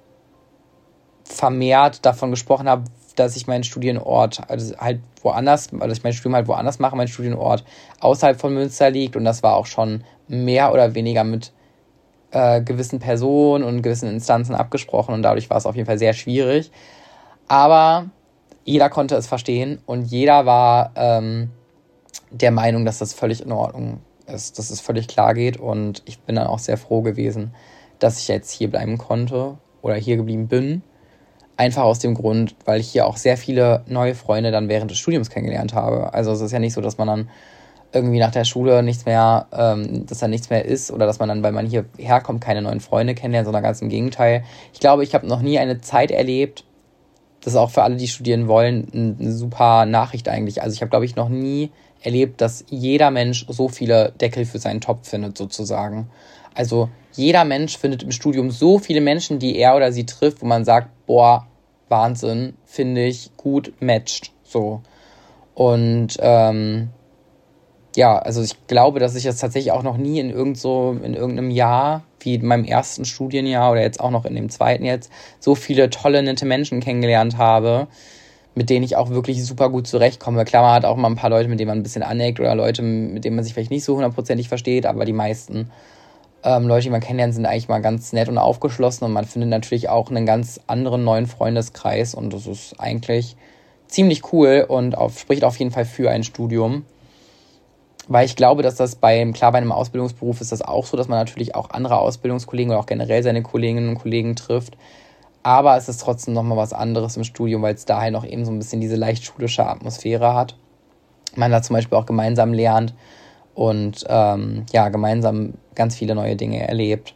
vermehrt davon gesprochen habe, dass ich meinen Studienort, also halt woanders, also dass ich mein Studium halt woanders mache, mein Studienort außerhalb von Münster liegt. Und das war auch schon mehr oder weniger mit äh, gewissen Personen und gewissen Instanzen abgesprochen. Und dadurch war es auf jeden Fall sehr schwierig. Aber jeder konnte es verstehen und jeder war ähm, der Meinung, dass das völlig in Ordnung ist, dass es völlig klar geht. Und ich bin dann auch sehr froh gewesen, dass ich jetzt hier bleiben konnte oder hier geblieben bin. Einfach aus dem Grund, weil ich hier auch sehr viele neue Freunde dann während des Studiums kennengelernt habe. Also es ist ja nicht so, dass man dann irgendwie nach der Schule nichts mehr, ähm, dass da nichts mehr ist oder dass man dann, weil man hier herkommt, keine neuen Freunde kennenlernt, sondern ganz im Gegenteil. Ich glaube, ich habe noch nie eine Zeit erlebt, das ist auch für alle, die studieren wollen, eine super Nachricht eigentlich. Also ich habe, glaube ich, noch nie erlebt, dass jeder Mensch so viele Deckel für seinen Topf findet, sozusagen. Also jeder Mensch findet im Studium so viele Menschen, die er oder sie trifft, wo man sagt, boah, Wahnsinn, finde ich, gut matcht, so. Und ähm, ja, also ich glaube, dass ich jetzt tatsächlich auch noch nie in irgend so, in irgendeinem Jahr, wie in meinem ersten Studienjahr oder jetzt auch noch in dem zweiten jetzt, so viele tolle, nette Menschen kennengelernt habe, mit denen ich auch wirklich super gut zurechtkomme. Klar, man hat auch mal ein paar Leute, mit denen man ein bisschen aneckt oder Leute, mit denen man sich vielleicht nicht so hundertprozentig versteht, aber die meisten ähm, Leute, die man kennenlernt, sind eigentlich mal ganz nett und aufgeschlossen und man findet natürlich auch einen ganz anderen neuen Freundeskreis und das ist eigentlich ziemlich cool und auf, spricht auf jeden Fall für ein Studium. weil ich glaube, dass das bei, klar, bei einem Ausbildungsberuf ist das auch so, dass man natürlich auch andere Ausbildungskollegen oder auch generell seine Kolleginnen und Kollegen trifft. Aber es ist trotzdem nochmal was anderes im Studium, weil es da halt noch eben so ein bisschen diese leicht schulische Atmosphäre hat. Man da zum Beispiel auch gemeinsam lernt und ähm, ja, gemeinsam ganz viele neue Dinge erlebt.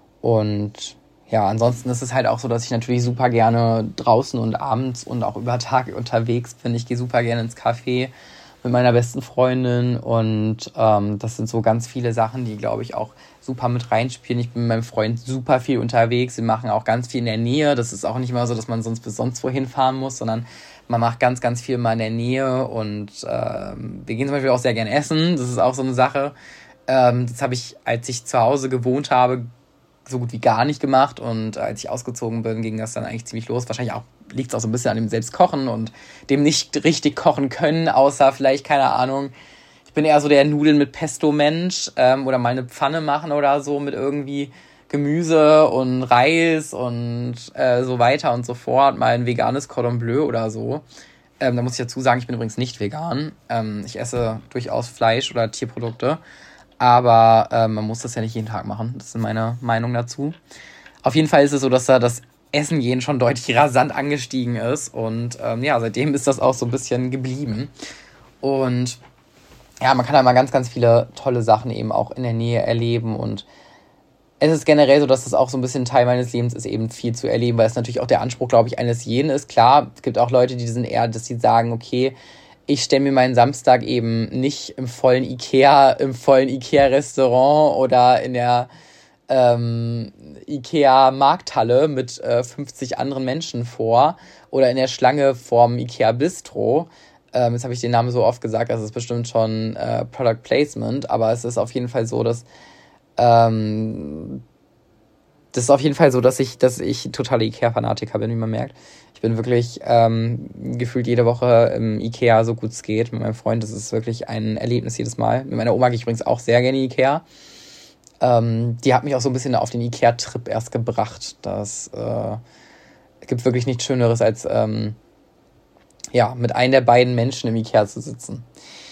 Und ja, ansonsten ist es halt auch so, dass ich natürlich super gerne draußen und abends und auch über Tag unterwegs bin. Ich gehe super gerne ins Café mit meiner besten Freundin und ähm, das sind so ganz viele Sachen, die, glaube ich, auch super mit reinspielen. Ich bin mit meinem Freund super viel unterwegs. Wir machen auch ganz viel in der Nähe. Das ist auch nicht mal so, dass man sonst bis sonst wohin fahren muss, sondern man macht ganz, ganz viel mal in der Nähe und ähm, wir gehen zum Beispiel auch sehr gern essen. Das ist auch so eine Sache. Ähm, das habe ich, als ich zu Hause gewohnt habe, so gut wie gar nicht gemacht und als ich ausgezogen bin, ging das dann eigentlich ziemlich los. Wahrscheinlich auch liegt es auch so ein bisschen an dem Selbstkochen und dem nicht richtig kochen können, außer vielleicht, keine Ahnung, ich bin eher so der Nudeln mit Pesto-Mensch ähm, oder mal eine Pfanne machen oder so mit irgendwie Gemüse und Reis und äh, so weiter und so fort, mal ein veganes Cordon Bleu oder so. Ähm, da muss ich dazu sagen, ich bin übrigens nicht vegan. Ähm, ich esse durchaus Fleisch oder Tierprodukte. Aber äh, man muss das ja nicht jeden Tag machen. Das ist meine Meinung dazu. Auf jeden Fall ist es so, dass da das Essen gehen schon deutlich rasant angestiegen ist. Und ähm, ja, seitdem ist das auch so ein bisschen geblieben. Und ja, man kann da mal ganz, ganz viele tolle Sachen eben auch in der Nähe erleben. Und es ist generell so, dass das auch so ein bisschen Teil meines Lebens ist, eben viel zu erleben. Weil es natürlich auch der Anspruch, glaube ich, eines jeden ist. Klar, es gibt auch Leute, die sind eher, dass sie sagen, okay, ich stelle mir meinen Samstag eben nicht im vollen Ikea, im vollen Ikea-Restaurant oder in der ähm, Ikea-Markthalle mit äh, fünfzig anderen Menschen vor oder in der Schlange vorm Ikea-Bistro. Ähm, jetzt habe ich den Namen so oft gesagt, das ist bestimmt schon äh, Product Placement, aber es ist auf jeden Fall so, dass ähm, das ist auf jeden Fall so, dass ich, dass ich totale Ikea-Fanatiker bin, wie man merkt. Ich bin wirklich ähm, gefühlt jede Woche im Ikea, so gut es geht. Mit meinem Freund, das ist wirklich ein Erlebnis jedes Mal. Mit meiner Oma gehe ich übrigens auch sehr gerne Ikea. Ähm, die hat mich auch so ein bisschen auf den Ikea-Trip erst gebracht. Das äh, es gibt wirklich nichts Schöneres, als ähm, ja, mit einem der beiden Menschen im Ikea zu sitzen.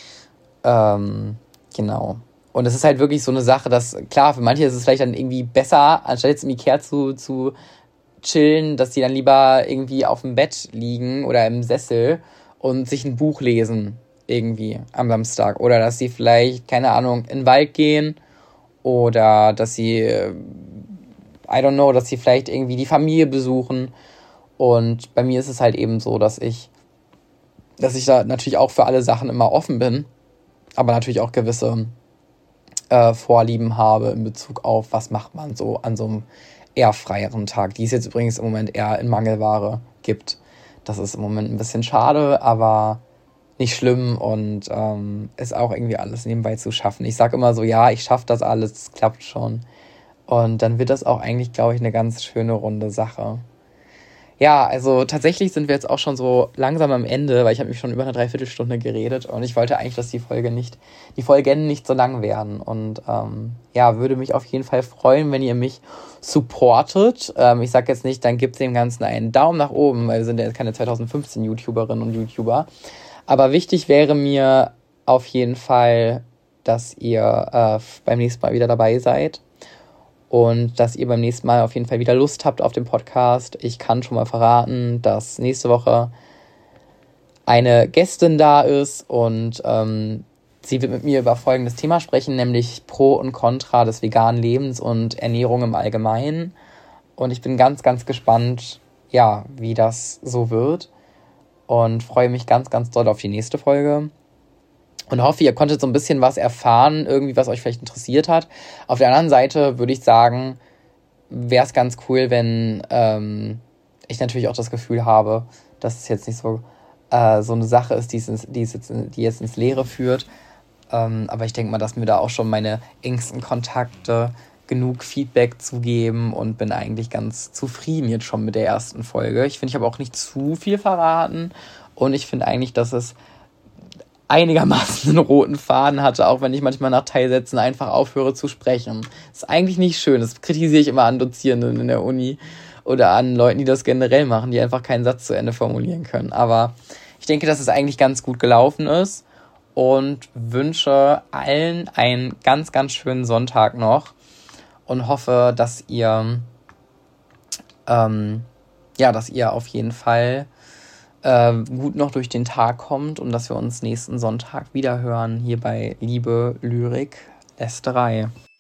Ähm, genau. Und es ist halt wirklich so eine Sache, dass, klar, für manche ist es vielleicht dann irgendwie besser, anstatt jetzt im Ikea zu, zu chillen, dass die dann lieber irgendwie auf dem Bett liegen oder im Sessel und sich ein Buch lesen irgendwie am Samstag. Oder dass sie vielleicht, keine Ahnung, in den Wald gehen oder dass sie, I don't know, dass sie vielleicht irgendwie die Familie besuchen. Und bei mir ist es halt eben so, dass ich, dass ich da natürlich auch für alle Sachen immer offen bin, aber natürlich auch gewisse Äh, Vorlieben habe in Bezug auf, was macht man so an so einem eher freieren Tag, die es jetzt übrigens im Moment eher in Mangelware gibt. Das ist im Moment ein bisschen schade, aber nicht schlimm und ähm, ist auch irgendwie alles nebenbei zu schaffen. Ich sage immer so, ja, ich schaffe das alles, es klappt schon. Und dann wird das auch eigentlich, glaube ich, eine ganz schöne runde Sache. Ja, also tatsächlich sind wir jetzt auch schon so langsam am Ende, weil ich habe mich schon über eine Dreiviertelstunde geredet und ich wollte eigentlich, dass die Folge nicht, die Folgen nicht so lang werden. Und ähm, ja, würde mich auf jeden Fall freuen, wenn ihr mich supportet. Ähm, ich sage jetzt nicht, dann gebt dem Ganzen einen Daumen nach oben, weil wir sind ja jetzt keine zwanzig fünfzehn YouTuberinnen und YouTuber. Aber wichtig wäre mir auf jeden Fall, dass ihr äh, beim nächsten Mal wieder dabei seid. Und dass ihr beim nächsten Mal auf jeden Fall wieder Lust habt auf den Podcast. Ich kann schon mal verraten, dass nächste Woche eine Gästin da ist und ähm, sie wird mit mir über folgendes Thema sprechen, nämlich Pro und Contra des veganen Lebens und Ernährung im Allgemeinen. Und ich bin ganz, ganz gespannt, ja, wie das so wird und freue mich ganz, ganz doll auf die nächste Folge. Und hoffe, ihr konntet so ein bisschen was erfahren, irgendwie, was euch vielleicht interessiert hat. Auf der anderen Seite würde ich sagen, wäre es ganz cool, wenn ähm, ich natürlich auch das Gefühl habe, dass es jetzt nicht so, äh, so eine Sache ist, die, es ins, die, es jetzt, die jetzt ins Leere führt. Ähm, aber ich denke mal, dass mir da auch schon meine engsten Kontakte genug Feedback zu geben und bin eigentlich ganz zufrieden jetzt schon mit der ersten Folge. Ich finde, ich habe auch nicht zu viel verraten und ich finde eigentlich, dass es einigermaßen einen roten Faden hatte, auch wenn ich manchmal nach Teilsätzen einfach aufhöre zu sprechen. Das ist eigentlich nicht schön. Das kritisiere ich immer an Dozierenden in der Uni oder an Leuten, die das generell machen, die einfach keinen Satz zu Ende formulieren können. Aber ich denke, dass es eigentlich ganz gut gelaufen ist und wünsche allen einen ganz, ganz schönen Sonntag noch und hoffe, dass ihr, ähm, ja, dass ihr auf jeden Fall äh, gut noch durch den Tag kommt und dass wir uns nächsten Sonntag wieder hören hier bei Liebe, Lyrik, Lästerei.